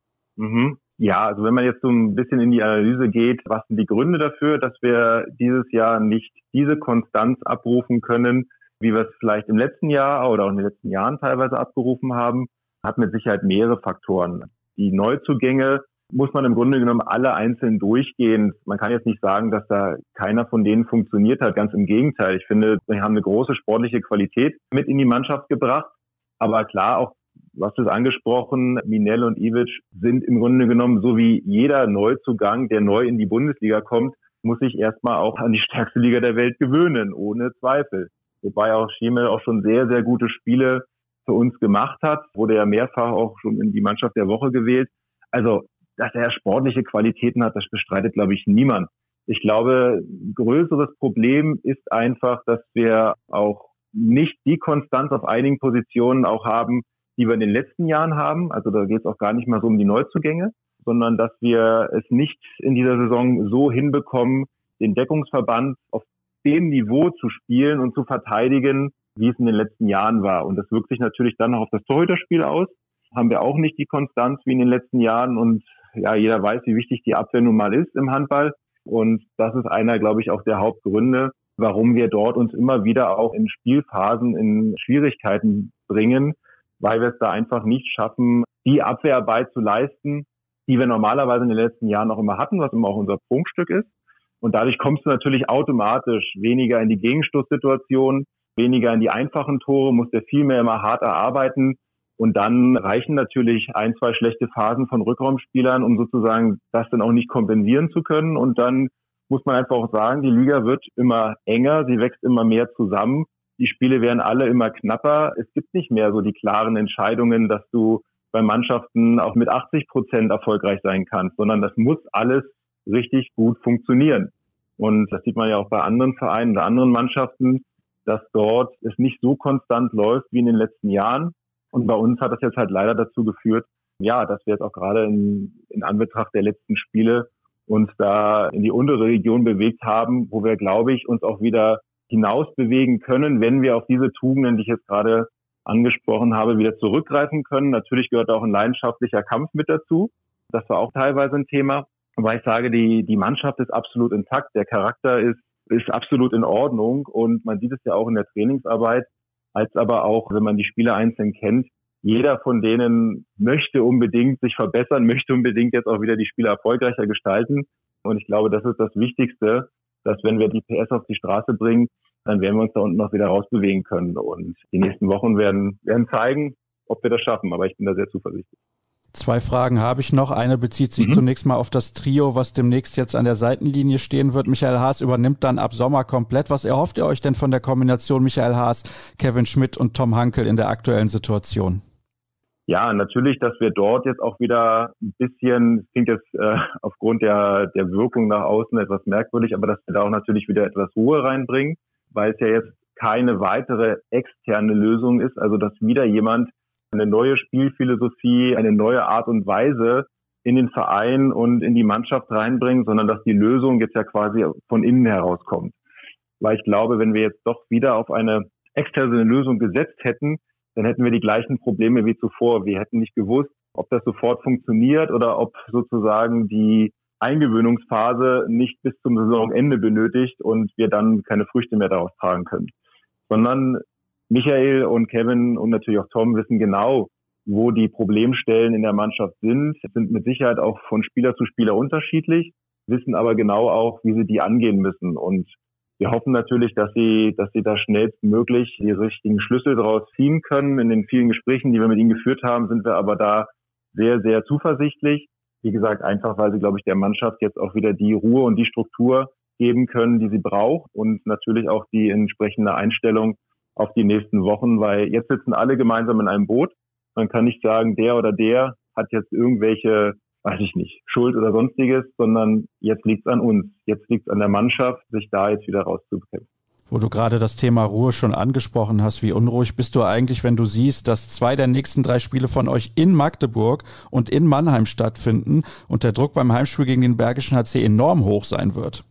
Ja, also wenn man jetzt so ein bisschen in die Analyse geht, was sind die Gründe dafür, dass wir dieses Jahr nicht diese Konstanz abrufen können, wie wir es vielleicht im letzten Jahr oder auch in den letzten Jahren teilweise abgerufen haben, hat mit Sicherheit mehrere Faktoren. Die Neuzugänge muss man im Grunde genommen alle einzeln durchgehen. Man kann jetzt nicht sagen, dass da keiner von denen funktioniert hat. Ganz im Gegenteil. Ich finde, wir haben eine große sportliche Qualität mit in die Mannschaft gebracht. Aber klar, auch, was du es angesprochen, Minel und Ivić sind im Grunde genommen, so wie jeder Neuzugang, der neu in die Bundesliga kommt, muss sich erstmal auch an die stärkste Liga der Welt gewöhnen, ohne Zweifel. Wobei auch Šime auch schon sehr, sehr gute Spiele für uns gemacht hat, wurde ja mehrfach auch schon in die Mannschaft der Woche gewählt. Also, dass er sportliche Qualitäten hat, das bestreitet, glaube ich, niemand. Ich glaube, ein größeres Problem ist einfach, dass wir auch nicht die Konstanz auf einigen Positionen auch haben, die wir in den letzten Jahren haben. Also da geht es auch gar nicht mal so um die Neuzugänge, sondern dass wir es nicht in dieser Saison so hinbekommen, den Deckungsverband auf dem Niveau zu spielen und zu verteidigen, wie es in den letzten Jahren war. Und das wirkt sich natürlich dann noch auf das Torhüterspiel aus. Haben wir auch nicht die Konstanz wie in den letzten Jahren. Und ja, jeder weiß, wie wichtig die Abwehr nun mal ist im Handball. Und das ist einer, glaube ich, auch der Hauptgründe, warum wir dort uns immer wieder auch in Spielphasen in Schwierigkeiten bringen, weil wir es da einfach nicht schaffen, die Abwehrarbeit zu leisten, die wir normalerweise in den letzten Jahren auch immer hatten, was immer auch unser Prunkstück ist. Und dadurch kommst du natürlich automatisch weniger in die Gegenstoßsituation, weniger in die einfachen Tore, musst du viel mehr immer hart erarbeiten. Und dann reichen natürlich 1, 2 schlechte Phasen von Rückraumspielern, um sozusagen das dann auch nicht kompensieren zu können. Und dann muss man einfach auch sagen, die Liga wird immer enger, sie wächst immer mehr zusammen. Die Spiele werden alle immer knapper. Es gibt nicht mehr so die klaren Entscheidungen, dass du bei Mannschaften auch mit 80% erfolgreich sein kannst, sondern das muss alles richtig gut funktionieren. Und das sieht man ja auch bei anderen Vereinen oder anderen Mannschaften, dass dort es nicht so konstant läuft wie in den letzten Jahren. Und bei uns hat das jetzt halt leider dazu geführt, ja, dass wir jetzt auch gerade in Anbetracht der letzten Spiele uns da in die untere Region bewegt haben, wo wir, glaube ich, uns auch wieder hinaus bewegen können, wenn wir auf diese Tugenden, die ich jetzt gerade angesprochen habe, wieder zurückgreifen können. Natürlich gehört auch ein leidenschaftlicher Kampf mit dazu. Das war auch teilweise ein Thema. Aber ich sage, die Mannschaft ist absolut intakt. Der Charakter ist absolut in Ordnung. Und man sieht es ja auch in der Trainingsarbeit, als aber auch, wenn man die Spieler einzeln kennt, jeder von denen möchte unbedingt sich verbessern, möchte unbedingt jetzt auch wieder die Spiele erfolgreicher gestalten. Und ich glaube, das ist das Wichtigste, dass wenn wir die PS auf die Straße bringen, dann werden wir uns da unten noch wieder rausbewegen können. Und die nächsten Wochen werden zeigen, ob wir das schaffen. Aber ich bin da sehr zuversichtlich. 2 Fragen habe ich noch. Eine bezieht sich zunächst mal auf das Trio, was demnächst jetzt an der Seitenlinie stehen wird. Michael Haas übernimmt dann ab Sommer komplett. Was erhofft ihr euch denn von der Kombination Michael Haas, Kevin Schmidt und Tom Hankel in der aktuellen Situation? Ja, natürlich, dass wir dort jetzt auch wieder ein bisschen, klingt jetzt aufgrund der Wirkung nach außen etwas merkwürdig, aber dass wir da auch natürlich wieder etwas Ruhe reinbringen, weil es ja jetzt keine weitere externe Lösung ist, also dass wieder jemand eine neue Spielphilosophie, eine neue Art und Weise in den Verein und in die Mannschaft reinbringt, sondern dass die Lösung jetzt ja quasi von innen herauskommt. Weil ich glaube, wenn wir jetzt doch wieder auf eine externe Lösung gesetzt hätten, dann hätten wir die gleichen Probleme wie zuvor. Wir hätten nicht gewusst, ob das sofort funktioniert oder ob sozusagen die Eingewöhnungsphase nicht bis zum Saisonende benötigt und wir dann keine Früchte mehr daraus tragen können. Sondern Michael und Kevin und natürlich auch Tom wissen genau, wo die Problemstellen in der Mannschaft sind. Es sind mit Sicherheit auch von Spieler zu Spieler unterschiedlich, wissen aber genau auch, wie sie die angehen müssen. Und wir hoffen natürlich, dass sie da schnellstmöglich die richtigen Schlüssel daraus ziehen können. In den vielen Gesprächen, die wir mit ihnen geführt haben, sind wir aber da sehr, sehr zuversichtlich. Wie gesagt, einfach, weil sie, glaube ich, der Mannschaft jetzt auch wieder die Ruhe und die Struktur geben können, die sie braucht und natürlich auch die entsprechende Einstellung auf die nächsten Wochen, weil jetzt sitzen alle gemeinsam in einem Boot. Man kann nicht sagen, der oder der hat jetzt irgendwelche, weiß ich nicht, Schuld oder sonstiges, sondern jetzt liegt es an uns. Jetzt liegt es an der Mannschaft, sich da jetzt wieder rauszukämpfen. Wo du gerade das Thema Ruhe schon angesprochen hast, wie unruhig bist du eigentlich, wenn du siehst, dass 2 der nächsten 3 Spiele von euch in Magdeburg und in Mannheim stattfinden und der Druck beim Heimspiel gegen den Bergischen HC enorm hoch sein wird?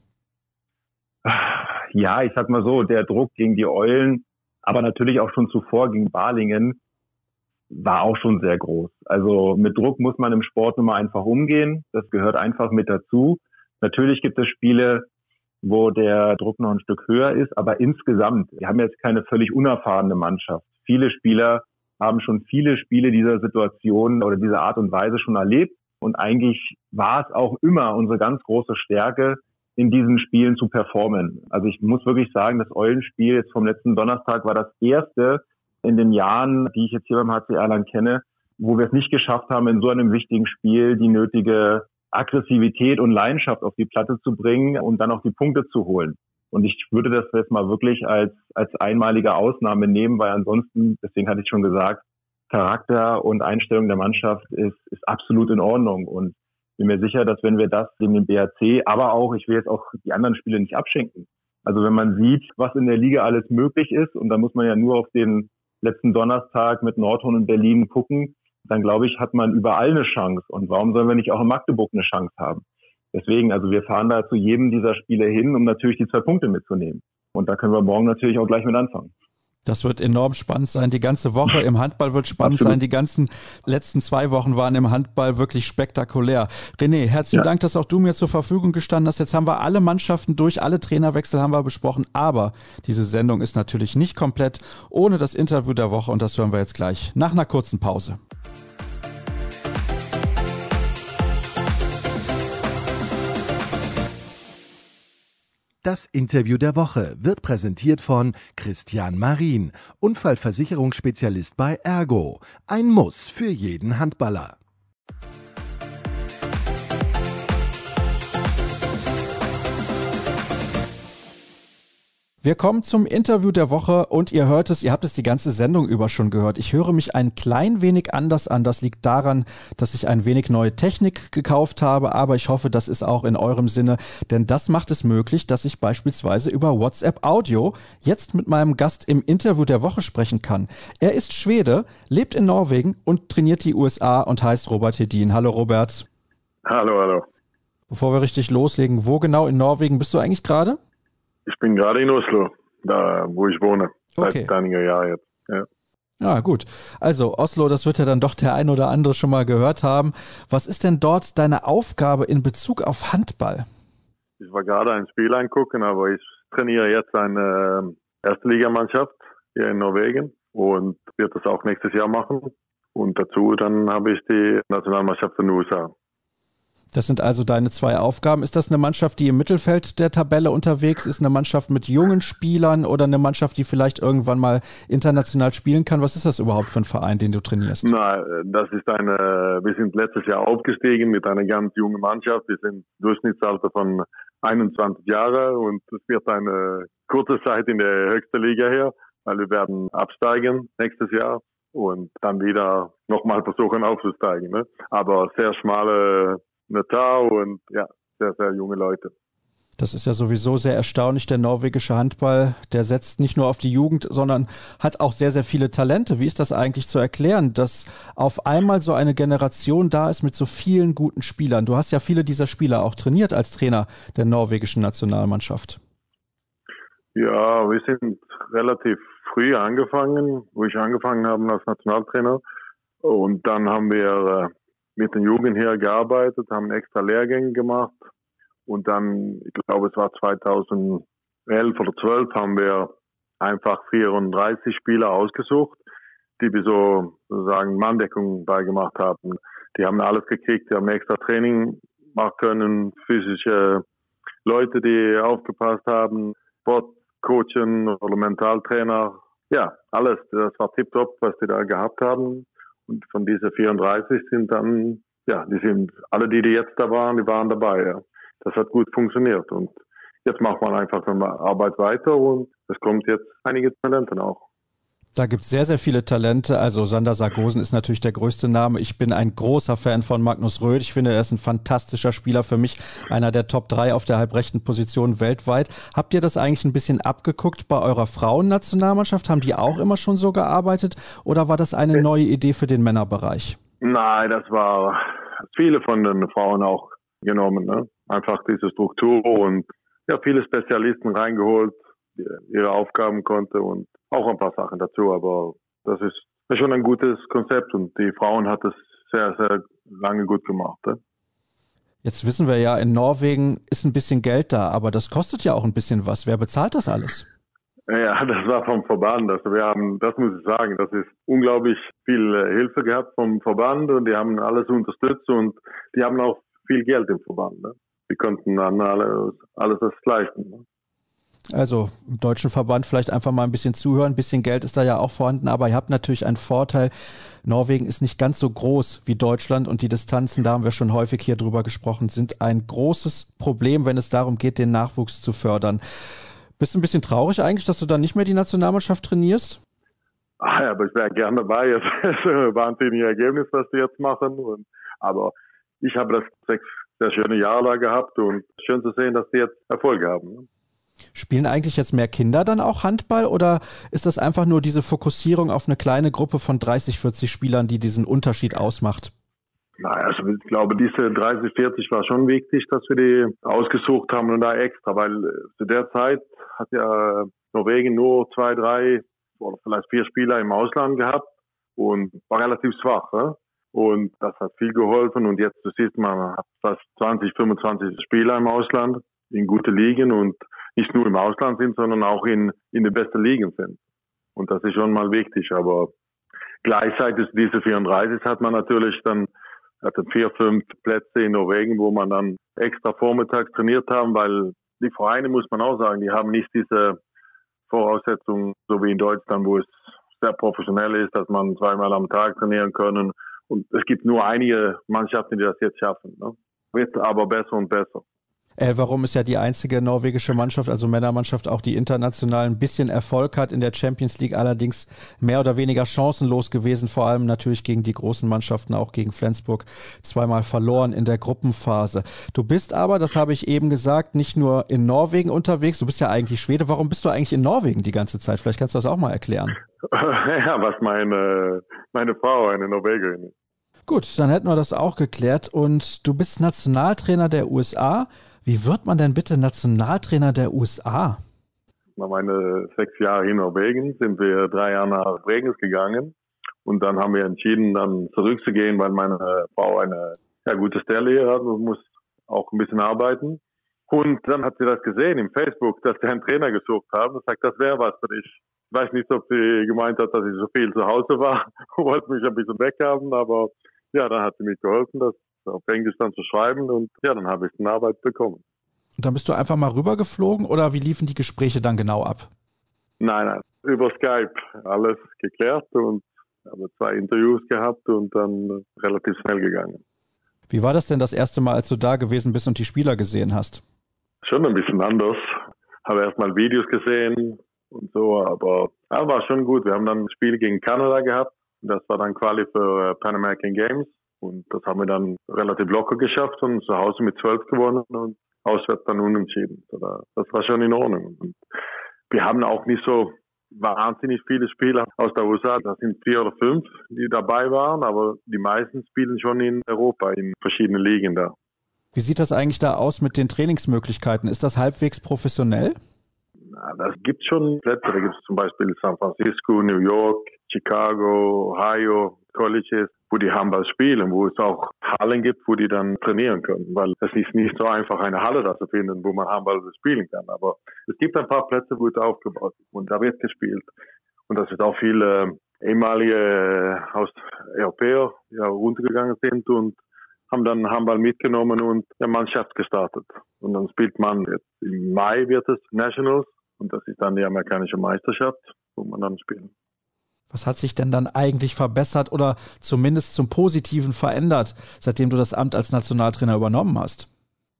Ja, ich sag mal so, der Druck gegen die Eulen, aber natürlich auch schon zuvor gegen Balingen, war auch schon sehr groß. Also mit Druck muss man im Sport nun mal einfach umgehen. Das gehört einfach mit dazu. Natürlich gibt es Spiele, wo der Druck noch ein Stück höher ist, aber insgesamt, wir haben jetzt keine völlig unerfahrene Mannschaft. Viele Spieler haben schon viele Spiele dieser Situation oder dieser Art und Weise schon erlebt und eigentlich war es auch immer unsere ganz große Stärke, in diesen Spielen zu performen. Also ich muss wirklich sagen, das Eulenspiel jetzt vom letzten Donnerstag war das erste in den Jahren, die ich jetzt hier beim HC Erlangen kenne, wo wir es nicht geschafft haben, in so einem wichtigen Spiel die nötige Aggressivität und Leidenschaft auf die Platte zu bringen und dann auch die Punkte zu holen. Und ich würde das jetzt mal wirklich als einmalige Ausnahme nehmen, weil ansonsten, deswegen hatte ich schon gesagt, Charakter und Einstellung der Mannschaft ist absolut in Ordnung. Und bin mir sicher, dass wenn wir das gegen den BHC, aber auch, ich will jetzt auch die anderen Spiele nicht abschenken. Also wenn man sieht, was in der Liga alles möglich ist, und da muss man ja nur auf den letzten Donnerstag mit Nordhorn und Berlin gucken, dann glaube ich, hat man überall eine Chance. Und warum sollen wir nicht auch in Magdeburg eine Chance haben? Deswegen, also wir fahren da zu jedem dieser Spiele hin, um natürlich die 2 Punkte mitzunehmen. Und da können wir morgen natürlich auch gleich mit anfangen. Das wird enorm spannend sein. Die ganze Woche im Handball wird spannend sein. Die ganzen letzten 2 Wochen waren im Handball wirklich spektakulär. René, herzlichen Dank, dass auch du mir zur Verfügung gestanden hast. Jetzt haben wir alle Mannschaften durch, alle Trainerwechsel haben wir besprochen. Aber diese Sendung ist natürlich nicht komplett ohne das Interview der Woche und das hören wir jetzt gleich nach einer kurzen Pause. Das Interview der Woche wird präsentiert von Christian Marin, Unfallversicherungsspezialist bei Ergo. Ein Muss für jeden Handballer. Wir kommen zum Interview der Woche und ihr habt es die ganze Sendung über schon gehört. Ich höre mich ein klein wenig anders an. Das liegt daran, dass ich ein wenig neue Technik gekauft habe, aber ich hoffe, das ist auch in eurem Sinne, denn das macht es möglich, dass ich beispielsweise über WhatsApp Audio jetzt mit meinem Gast im Interview der Woche sprechen kann. Er ist Schwede, lebt in Norwegen und trainiert die USA und heißt Robert Hedin. Hallo Robert. Hallo. Bevor wir richtig loslegen, wo genau in Norwegen bist du eigentlich gerade? Ich bin gerade in Oslo, da wo ich wohne, okay. Seit einigen Jahren jetzt. Ja. Ja, gut. Also Oslo, das wird ja dann doch der ein oder andere schon mal gehört haben. Was ist denn dort deine Aufgabe in Bezug auf Handball? Ich war gerade ein Spiel angucken, aber ich trainiere jetzt eine Erstligamannschaft hier in Norwegen und werde das auch nächstes Jahr machen. Und dazu dann habe ich die Nationalmannschaft von den USA. Das sind also deine 2 Aufgaben. Ist das eine Mannschaft, die im Mittelfeld der Tabelle unterwegs ist, eine Mannschaft mit jungen Spielern oder eine Mannschaft, die vielleicht irgendwann mal international spielen kann? Was ist das überhaupt für ein Verein, den du trainierst? Wir sind letztes Jahr aufgestiegen mit einer ganz jungen Mannschaft. Wir sind Durchschnittsalter von 21 Jahren und es wird eine kurze Zeit in der höchsten Liga hier, weil wir werden absteigen nächstes Jahr und dann wieder nochmal versuchen aufzusteigen. Ne? Aber sehr schmale Notar und ja, sehr, sehr junge Leute. Das ist ja sowieso sehr erstaunlich. Der norwegische Handball, der setzt nicht nur auf die Jugend, sondern hat auch sehr, sehr viele Talente. Wie ist das eigentlich zu erklären, dass auf einmal so eine Generation da ist mit so vielen guten Spielern? Du hast ja viele dieser Spieler auch trainiert als Trainer der norwegischen Nationalmannschaft. Ja, wir sind relativ früh angefangen, wo ich angefangen habe als Nationaltrainer. Und dann haben wir mit den Jugend hier gearbeitet, haben extra Lehrgänge gemacht und dann, ich glaube es war 2011 oder 12, haben wir einfach 34 Spieler ausgesucht, die wir sozusagen Manndeckung beigemacht haben. Die haben alles gekriegt, die haben extra Training machen können, physische Leute, die aufgepasst haben, Sportcoachen oder Mentaltrainer, ja, alles, das war tipptopp, was die da gehabt haben. Und von diesen 34 sind dann, ja, die sind alle, die jetzt da waren, die waren dabei. Ja. Das hat gut funktioniert. Und jetzt macht man einfach die Arbeit weiter und es kommt jetzt einige Talente auch. Da gibt es sehr, sehr viele Talente. Also Sander Sargosen ist natürlich der größte Name. Ich bin ein großer Fan von Magnus Röth. Ich finde, er ist ein fantastischer Spieler. Für mich einer der Top 3 auf der halbrechten Position weltweit. Habt ihr das eigentlich ein bisschen abgeguckt bei eurer Frauennationalmannschaft? Haben die auch immer schon so gearbeitet? Oder war das eine neue Idee für den Männerbereich? Nein, das war viele von den Frauen auch genommen. Ne? Einfach diese Struktur und ja, viele Spezialisten reingeholt, die ihre Aufgaben konnte und auch ein paar Sachen dazu, aber das ist schon ein gutes Konzept und die Frauen hat es sehr, sehr lange gut gemacht. Ne? Jetzt wissen wir ja, in Norwegen ist ein bisschen Geld da, aber das kostet ja auch ein bisschen was. Wer bezahlt das alles? Ja, das war vom Verband. Also wir haben, das muss ich sagen, das ist unglaublich viel Hilfe gehabt vom Verband und die haben alles unterstützt und die haben auch viel Geld im Verband. Ne? Die konnten dann alles das leisten. Ne? Also im deutschen Verband vielleicht einfach mal ein bisschen zuhören. Ein bisschen Geld ist da ja auch vorhanden, aber ihr habt natürlich einen Vorteil. Norwegen ist nicht ganz so groß wie Deutschland und die Distanzen, da haben wir schon häufig hier drüber gesprochen, sind ein großes Problem, wenn es darum geht, den Nachwuchs zu fördern. Bist du ein bisschen traurig eigentlich, dass du dann nicht mehr die Nationalmannschaft trainierst? Ja, aber ich wäre gerne dabei. Es ist ein wahnsinniges Ergebnis, was die jetzt machen. Aber ich habe das 6 sehr schöne Jahre da gehabt und schön zu sehen, dass die jetzt Erfolg haben. Ne? Spielen eigentlich jetzt mehr Kinder dann auch Handball oder ist das einfach nur diese Fokussierung auf eine kleine Gruppe von 30, 40 Spielern, die diesen Unterschied ausmacht? Naja, also ich glaube, diese 30, 40 war schon wichtig, dass wir die ausgesucht haben und da extra, weil zu der Zeit hat ja Norwegen nur 2, 3 oder vielleicht 4 Spieler im Ausland gehabt und war relativ schwach. Ne? Und das hat viel geholfen und jetzt, du siehst, man hat fast 20, 25 Spieler im Ausland in gute Ligen und nicht nur im Ausland sind, sondern auch in den besten Ligen sind. Und das ist schon mal wichtig. Aber gleichzeitig diese 34 hat man natürlich dann 4, 5 Plätze in Norwegen, wo man dann extra vormittags trainiert haben, weil die Vereine, muss man auch sagen, die haben nicht diese Voraussetzungen, so wie in Deutschland, wo es sehr professionell ist, dass man 2-mal am Tag trainieren können. Und es gibt nur einige Mannschaften, die das jetzt schaffen. Ne? Wird aber besser und besser. Warum ist ja die einzige norwegische Mannschaft, also Männermannschaft, auch die international ein bisschen Erfolg hat in der Champions League, allerdings mehr oder weniger chancenlos gewesen, vor allem natürlich gegen die großen Mannschaften, auch gegen Flensburg, 2-mal verloren in der Gruppenphase. Du bist aber, das habe ich eben gesagt, nicht nur in Norwegen unterwegs, du bist ja eigentlich Schwede. Warum bist du eigentlich in Norwegen die ganze Zeit? Vielleicht kannst du das auch mal erklären. Ja, was meine Frau, eine Norwegerin ist. Gut, dann hätten wir das auch geklärt und du bist Nationaltrainer der USA. Wie wird man denn bitte Nationaltrainer der USA? Nach meinen 6 Jahren in Norwegen sind wir 3 Jahre nach Bregenz gegangen und dann haben wir entschieden, dann zurückzugehen, weil meine Frau eine gute Stelle hier hat und muss auch ein bisschen arbeiten. Und dann hat sie das gesehen im Facebook, dass sie einen Trainer gesucht haben und sagt, das wäre was für dich. Ich weiß nicht, ob sie gemeint hat, dass ich so viel zu Hause war und wollte mich ein bisschen weghaben, aber ja, dann hat sie mir geholfen, das auf Englisch dann zu schreiben und ja, dann habe ich eine Arbeit bekommen. Und dann bist du einfach mal rübergeflogen oder wie liefen die Gespräche dann genau ab? Nein, über Skype alles geklärt und habe 2 Interviews gehabt und dann relativ schnell gegangen. Wie war das denn das erste Mal, als du da gewesen bist und die Spieler gesehen hast? Schon ein bisschen anders. Habe erstmal Videos gesehen und so, aber war schon gut. Wir haben dann ein Spiel gegen Kanada gehabt. Das war dann Quali für Pan American Games und das haben wir dann relativ locker geschafft und zu Hause mit 12 gewonnen und auswärts dann unentschieden. Das war schon in Ordnung. Und wir haben auch nicht so wahnsinnig viele Spieler aus der USA. Das sind 4 oder 5, die dabei waren, aber die meisten spielen schon in Europa, in verschiedenen Ligen da. Wie sieht das eigentlich da aus mit den Trainingsmöglichkeiten? Ist das halbwegs professionell? Das gibt schon Plätze. Da gibt es zum Beispiel San Francisco, New York, Chicago, Ohio, Colleges, wo die Handball spielen, wo es auch Hallen gibt, wo die dann trainieren können. Weil es ist nicht so einfach, eine Halle da zu finden, wo man Handball spielen kann. Aber es gibt ein paar Plätze, wo es aufgebaut ist und da wird gespielt. Und das sind auch viele ehemalige Europäer, die runtergegangen sind und haben dann Handball mitgenommen und eine Mannschaft gestartet. Und dann spielt man jetzt im Mai wird es Nationals und das ist dann die amerikanische Meisterschaft, wo man dann spielt. Was hat sich denn dann eigentlich verbessert oder zumindest zum Positiven verändert, seitdem du das Amt als Nationaltrainer übernommen hast?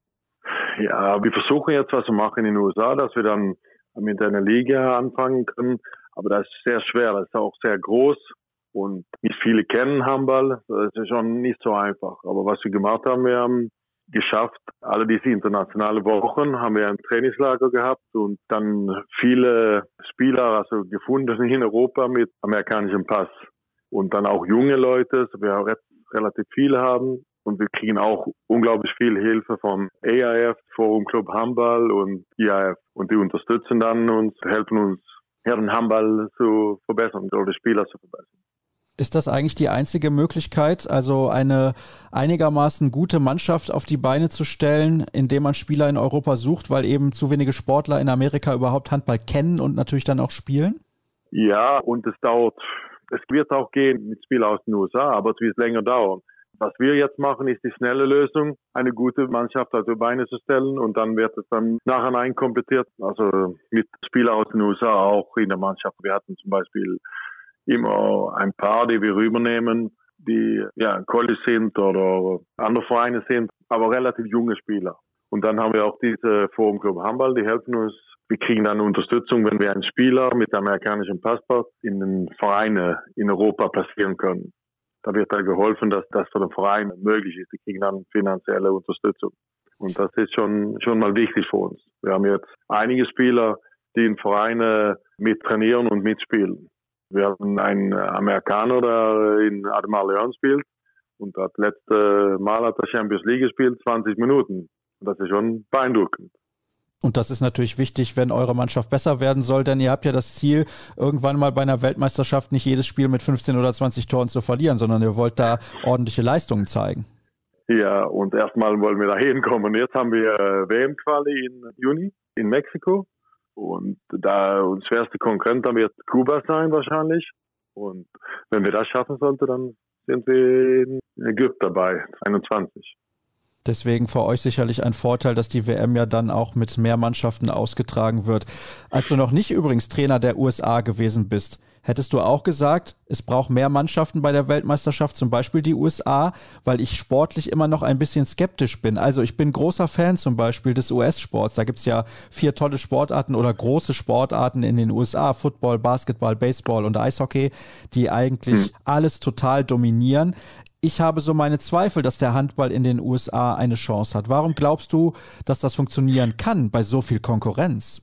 Ja, wir versuchen jetzt was zu machen in den USA, dass wir dann mit einer Liga anfangen können. Aber das ist sehr schwer, das ist auch sehr groß und nicht viele kennen Handball. Das ist schon nicht so einfach. Aber was wir gemacht haben, wir haben geschafft, alle diese internationalen Wochen haben wir ein Trainingslager gehabt und dann viele Spieler gefunden in Europa mit amerikanischem Pass. Und dann auch junge Leute, so wir relativ viele haben. Und wir kriegen auch unglaublich viel Hilfe vom AIF, Forum Club Handball und IAF. Und die unterstützen dann uns, helfen uns, den Handball zu verbessern oder die Spieler zu verbessern. Ist das eigentlich die einzige Möglichkeit, also eine einigermaßen gute Mannschaft auf die Beine zu stellen, indem man Spieler in Europa sucht, weil eben zu wenige Sportler in Amerika überhaupt Handball kennen und natürlich dann auch spielen? Ja, und es wird auch gehen mit Spielern aus den USA, aber es wird länger dauern. Was wir jetzt machen, ist die schnelle Lösung, eine gute Mannschaft auf die Beine zu stellen und dann wird es dann nachher einkomplettiert, also mit Spielern aus den USA auch in der Mannschaft. Wir hatten zum Beispiel immer ein paar, die wir rübernehmen, die ja College sind oder andere Vereine sind, aber relativ junge Spieler. Und dann haben wir auch diese Forum Club Handball, die helfen uns. Wir kriegen dann Unterstützung, wenn wir einen Spieler mit amerikanischem Passport in den Vereine in Europa platzieren können. Da wird dann geholfen, dass das für den Verein möglich ist. Die kriegen dann finanzielle Unterstützung. Und das ist schon mal wichtig für uns. Wir haben jetzt einige Spieler, die in Vereine mit trainieren und mitspielen. Wir haben einen Amerikaner, der in Ademar Leon spielt und das letzte Mal hat er Champions League gespielt, 20 Minuten. Das ist schon beeindruckend. Und das ist natürlich wichtig, wenn eure Mannschaft besser werden soll, denn ihr habt ja das Ziel, irgendwann mal bei einer Weltmeisterschaft nicht jedes Spiel mit 15 oder 20 Toren zu verlieren, sondern ihr wollt da ordentliche Leistungen zeigen. Ja, und erstmal wollen wir da hinkommen. Jetzt haben wir WM-Quali im Juni in Mexiko. Und da unser schwerste Konkurrent wird Kuba sein wahrscheinlich. Und wenn wir das schaffen sollten, dann sind wir in Ägypten dabei, 21. Deswegen für euch sicherlich ein Vorteil, dass die WM ja dann auch mit mehr Mannschaften ausgetragen wird. Als du noch nicht übrigens Trainer der USA gewesen bist, hättest du auch gesagt, es braucht mehr Mannschaften bei der Weltmeisterschaft, zum Beispiel die USA, weil ich sportlich immer noch ein bisschen skeptisch bin. Also ich bin großer Fan zum Beispiel des US-Sports. Da gibt's ja 4 tolle Sportarten oder große Sportarten in den USA. Football, Basketball, Baseball und Eishockey, die eigentlich alles total dominieren. Ich habe so meine Zweifel, dass der Handball in den USA eine Chance hat. Warum glaubst du, dass das funktionieren kann bei so viel Konkurrenz?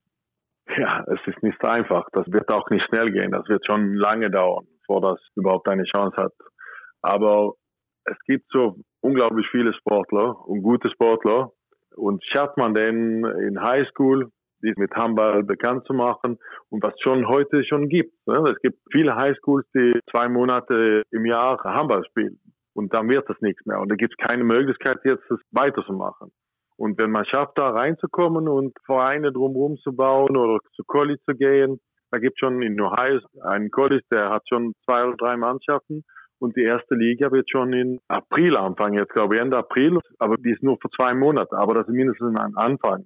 Ja, es ist nicht einfach. Das wird auch nicht schnell gehen. Das wird schon lange dauern, bevor das überhaupt eine Chance hat. Aber es gibt so unglaublich viele Sportler und gute Sportler. Und schafft man den in Highschool, die mit Handball bekannt zu machen und was schon heute schon gibt. Es gibt viele Highschools, die 2 Monate im Jahr Handball spielen. Und dann wird das nichts mehr. Und da gibt es keine Möglichkeit, jetzt das weiterzumachen. Und wenn man schafft, da reinzukommen und Vereine drumherum zu bauen oder zu College zu gehen, Da gibt es schon in Ohio einen College, der hat schon 2 oder 3 Mannschaften. Und die erste Liga wird schon in April anfangen, jetzt glaube ich Ende April, aber die ist nur für 2 Monate, aber das ist mindestens ein Anfang.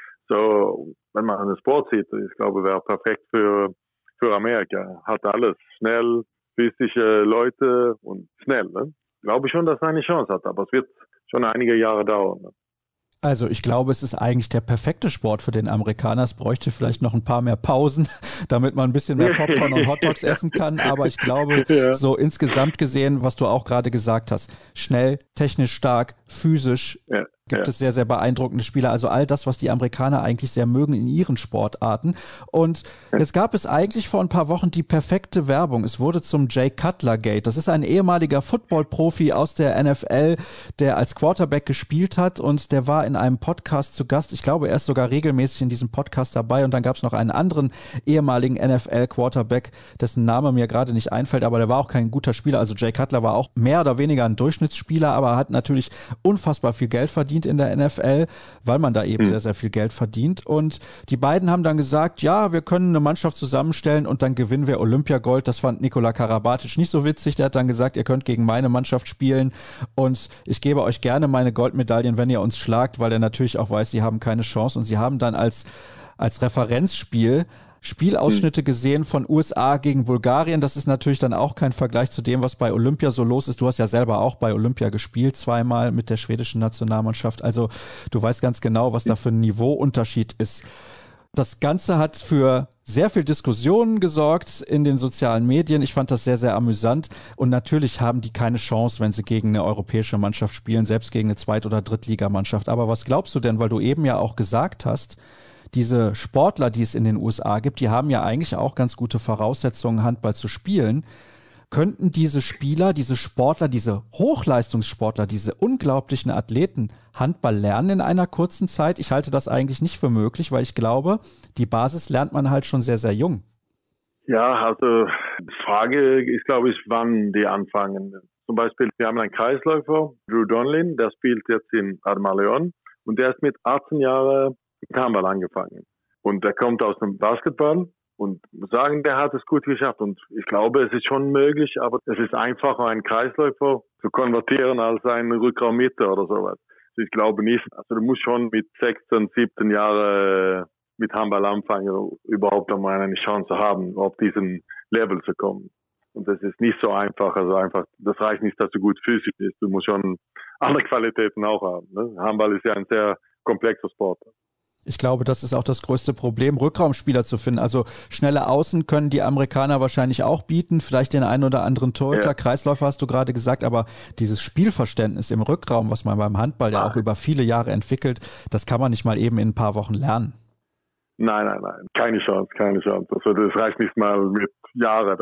So, wenn man einen Sport sieht, ich glaube, wäre perfekt für Amerika. Hat alles, schnell, physische Leute und schnell. Ne? Glaube ich schon, dass er eine Chance hat, aber es wird schon einige Jahre dauern. Ne? Also ich glaube, es ist eigentlich der perfekte Sport für den Amerikaner. Es bräuchte vielleicht noch ein paar mehr Pausen, damit man ein bisschen mehr Popcorn und Hotdogs essen kann. Aber ich glaube, so insgesamt gesehen, was du auch gerade gesagt hast, schnell, technisch stark, physisch, gibt es sehr, sehr beeindruckende Spieler. Also all das, was die Amerikaner eigentlich sehr mögen in ihren Sportarten. Und jetzt gab es eigentlich vor ein paar Wochen die perfekte Werbung. Es wurde zum Jay Cutler Gate. Das ist ein ehemaliger Football-Profi aus der NFL, der als Quarterback gespielt hat und der war in einem Podcast zu Gast. Ich glaube, er ist sogar regelmäßig in diesem Podcast dabei. Und dann gab es noch einen anderen ehemaligen NFL-Quarterback, dessen Name mir gerade nicht einfällt, aber der war auch kein guter Spieler. Also Jay Cutler war auch mehr oder weniger ein Durchschnittsspieler, aber hat natürlich unfassbar viel Geld verdient in der NFL, weil man da eben sehr, sehr viel Geld verdient. Und die beiden haben dann gesagt, ja, wir können eine Mannschaft zusammenstellen und dann gewinnen wir Olympiagold. Das fand Nikola Karabatic nicht so witzig. Der hat dann gesagt, ihr könnt gegen meine Mannschaft spielen und ich gebe euch gerne meine Goldmedaillen, wenn ihr uns schlagt, weil er natürlich auch weiß, sie haben keine Chance. Und sie haben dann als Referenzspiel Spielausschnitte gesehen von USA gegen Bulgarien. Das ist natürlich dann auch kein Vergleich zu dem, was bei Olympia so los ist. Du hast ja selber auch bei Olympia gespielt, 2-mal mit der schwedischen Nationalmannschaft. Also du weißt ganz genau, was da für ein Niveauunterschied ist. Das Ganze hat für sehr viel Diskussionen gesorgt in den sozialen Medien. Ich fand das sehr, sehr amüsant. Und natürlich haben die keine Chance, wenn sie gegen eine europäische Mannschaft spielen, selbst gegen eine Zweit- oder Drittligamannschaft. Aber was glaubst du denn, weil du eben ja auch gesagt hast, diese Sportler, die es in den USA gibt, die haben ja eigentlich auch ganz gute Voraussetzungen, Handball zu spielen. Könnten diese Spieler, diese Sportler, diese Hochleistungssportler, diese unglaublichen Athleten Handball lernen in einer kurzen Zeit? Ich halte das eigentlich nicht für möglich, weil ich glaube, die Basis lernt man halt schon sehr, sehr jung. Ja, also die Frage ist, glaube ich, wann die anfangen. Zum Beispiel, wir haben einen Kreisläufer, Drew Donlin, der spielt jetzt in Admaleon und der ist mit 18 Jahren mit Handball angefangen. Und der kommt aus dem Basketball und muss sagen, der hat es gut geschafft. Und ich glaube, es ist schon möglich, aber es ist einfacher, einen Kreisläufer zu konvertieren als einen Rückraummitte oder sowas. Also ich glaube nicht. Also du musst schon mit 16, 17 Jahren mit Handball anfangen, überhaupt einmal eine Chance haben, auf diesen Level zu kommen. Und das ist nicht so einfach. Also einfach, das reicht nicht, dass du gut physisch bist. Du musst schon andere Qualitäten auch haben. Ne? Handball ist ja ein sehr komplexer Sport. Ich glaube, das ist auch das größte Problem, Rückraumspieler zu finden. Also schnelle Außen können die Amerikaner wahrscheinlich auch bieten, vielleicht den einen oder anderen Torhüter, Kreisläufer hast du gerade gesagt, aber dieses Spielverständnis im Rückraum, was man beim Handball ja auch über viele Jahre entwickelt, das kann man nicht mal eben in ein paar Wochen lernen. Nein, keine Chance. Also das reicht nicht mal mit Jahren,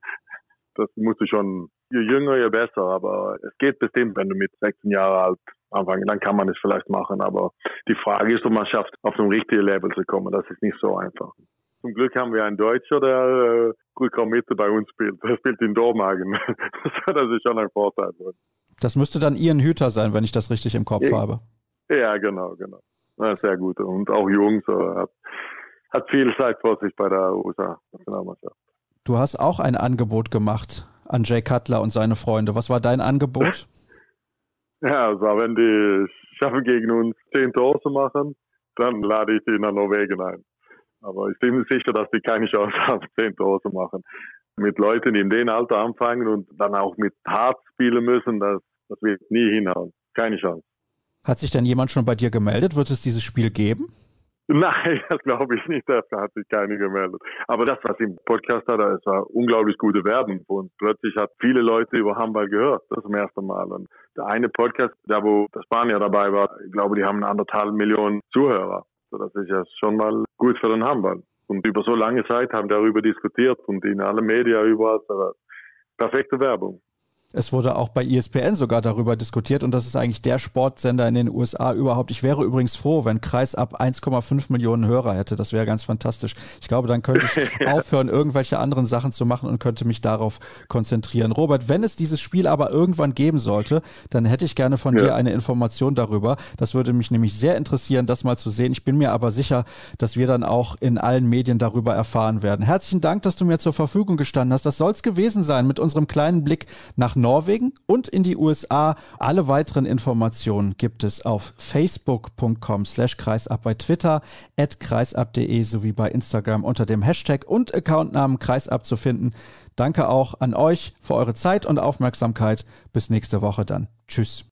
das musst du schon, je jünger, je besser, aber es geht bestimmt, wenn du mit 16 Jahren alt anfangen, dann kann man es vielleicht machen, aber die Frage ist, ob man schafft, auf ein richtiges Level zu kommen, das ist nicht so einfach. Zum Glück haben wir einen Deutscher, der Rückraummitte bei uns spielt, der spielt in Dormagen, das ist schon ein Vorteil. Das müsste dann Ian Hüter sein, wenn ich das richtig im Kopf habe. Ja, genau. Ja, sehr gut und auch jung, so, hat viel Zeit vor sich bei der USA-Nationalmannschaft. Du hast auch ein Angebot gemacht an Jay Cutler und seine Freunde. Was war dein Angebot? Ja, also wenn die schaffen, gegen uns 10 Tore zu machen, dann lade ich die nach Norwegen ein. Aber ich bin mir sicher, dass die keine Chance haben, 10 Tore zu machen. Mit Leuten, die in dem Alter anfangen und dann auch mit hart spielen müssen, das wird nie hinhauen. Keine Chance. Hat sich denn jemand schon bei dir gemeldet? Wird es dieses Spiel geben? Nein, das glaube ich nicht. Dafür hat sich keiner gemeldet. Aber das, was im Podcast hat, das war unglaublich gute Werbung. Und plötzlich hat viele Leute über Handball gehört. Das zum ersten Mal. Und der eine Podcast, da wo der Spanier dabei war, ich glaube, die haben 1,5 Millionen Zuhörer. So, das ist ja schon mal gut für den Handball. Und über so lange Zeit haben darüber diskutiert und in alle Medien überall. Perfekte Werbung. Es wurde auch bei ESPN sogar darüber diskutiert und das ist eigentlich der Sportsender in den USA überhaupt. Ich wäre übrigens froh, wenn Kreisab 1,5 Millionen Hörer hätte. Das wäre ganz fantastisch. Ich glaube, dann könnte ich aufhören, irgendwelche anderen Sachen zu machen und könnte mich darauf konzentrieren. Robert, wenn es dieses Spiel aber irgendwann geben sollte, dann hätte ich gerne von dir eine Information darüber. Das würde mich nämlich sehr interessieren, das mal zu sehen. Ich bin mir aber sicher, dass wir dann auch in allen Medien darüber erfahren werden. Herzlichen Dank, dass du mir zur Verfügung gestanden hast. Das soll es gewesen sein mit unserem kleinen Blick nach Norwegen und in die USA. Alle weiteren Informationen gibt es auf facebook.com/kreisab, bei Twitter @kreisab.de sowie bei Instagram unter dem Hashtag und Accountnamen Kreisab zu finden. Danke auch an euch für eure Zeit und Aufmerksamkeit. Bis nächste Woche dann. Tschüss.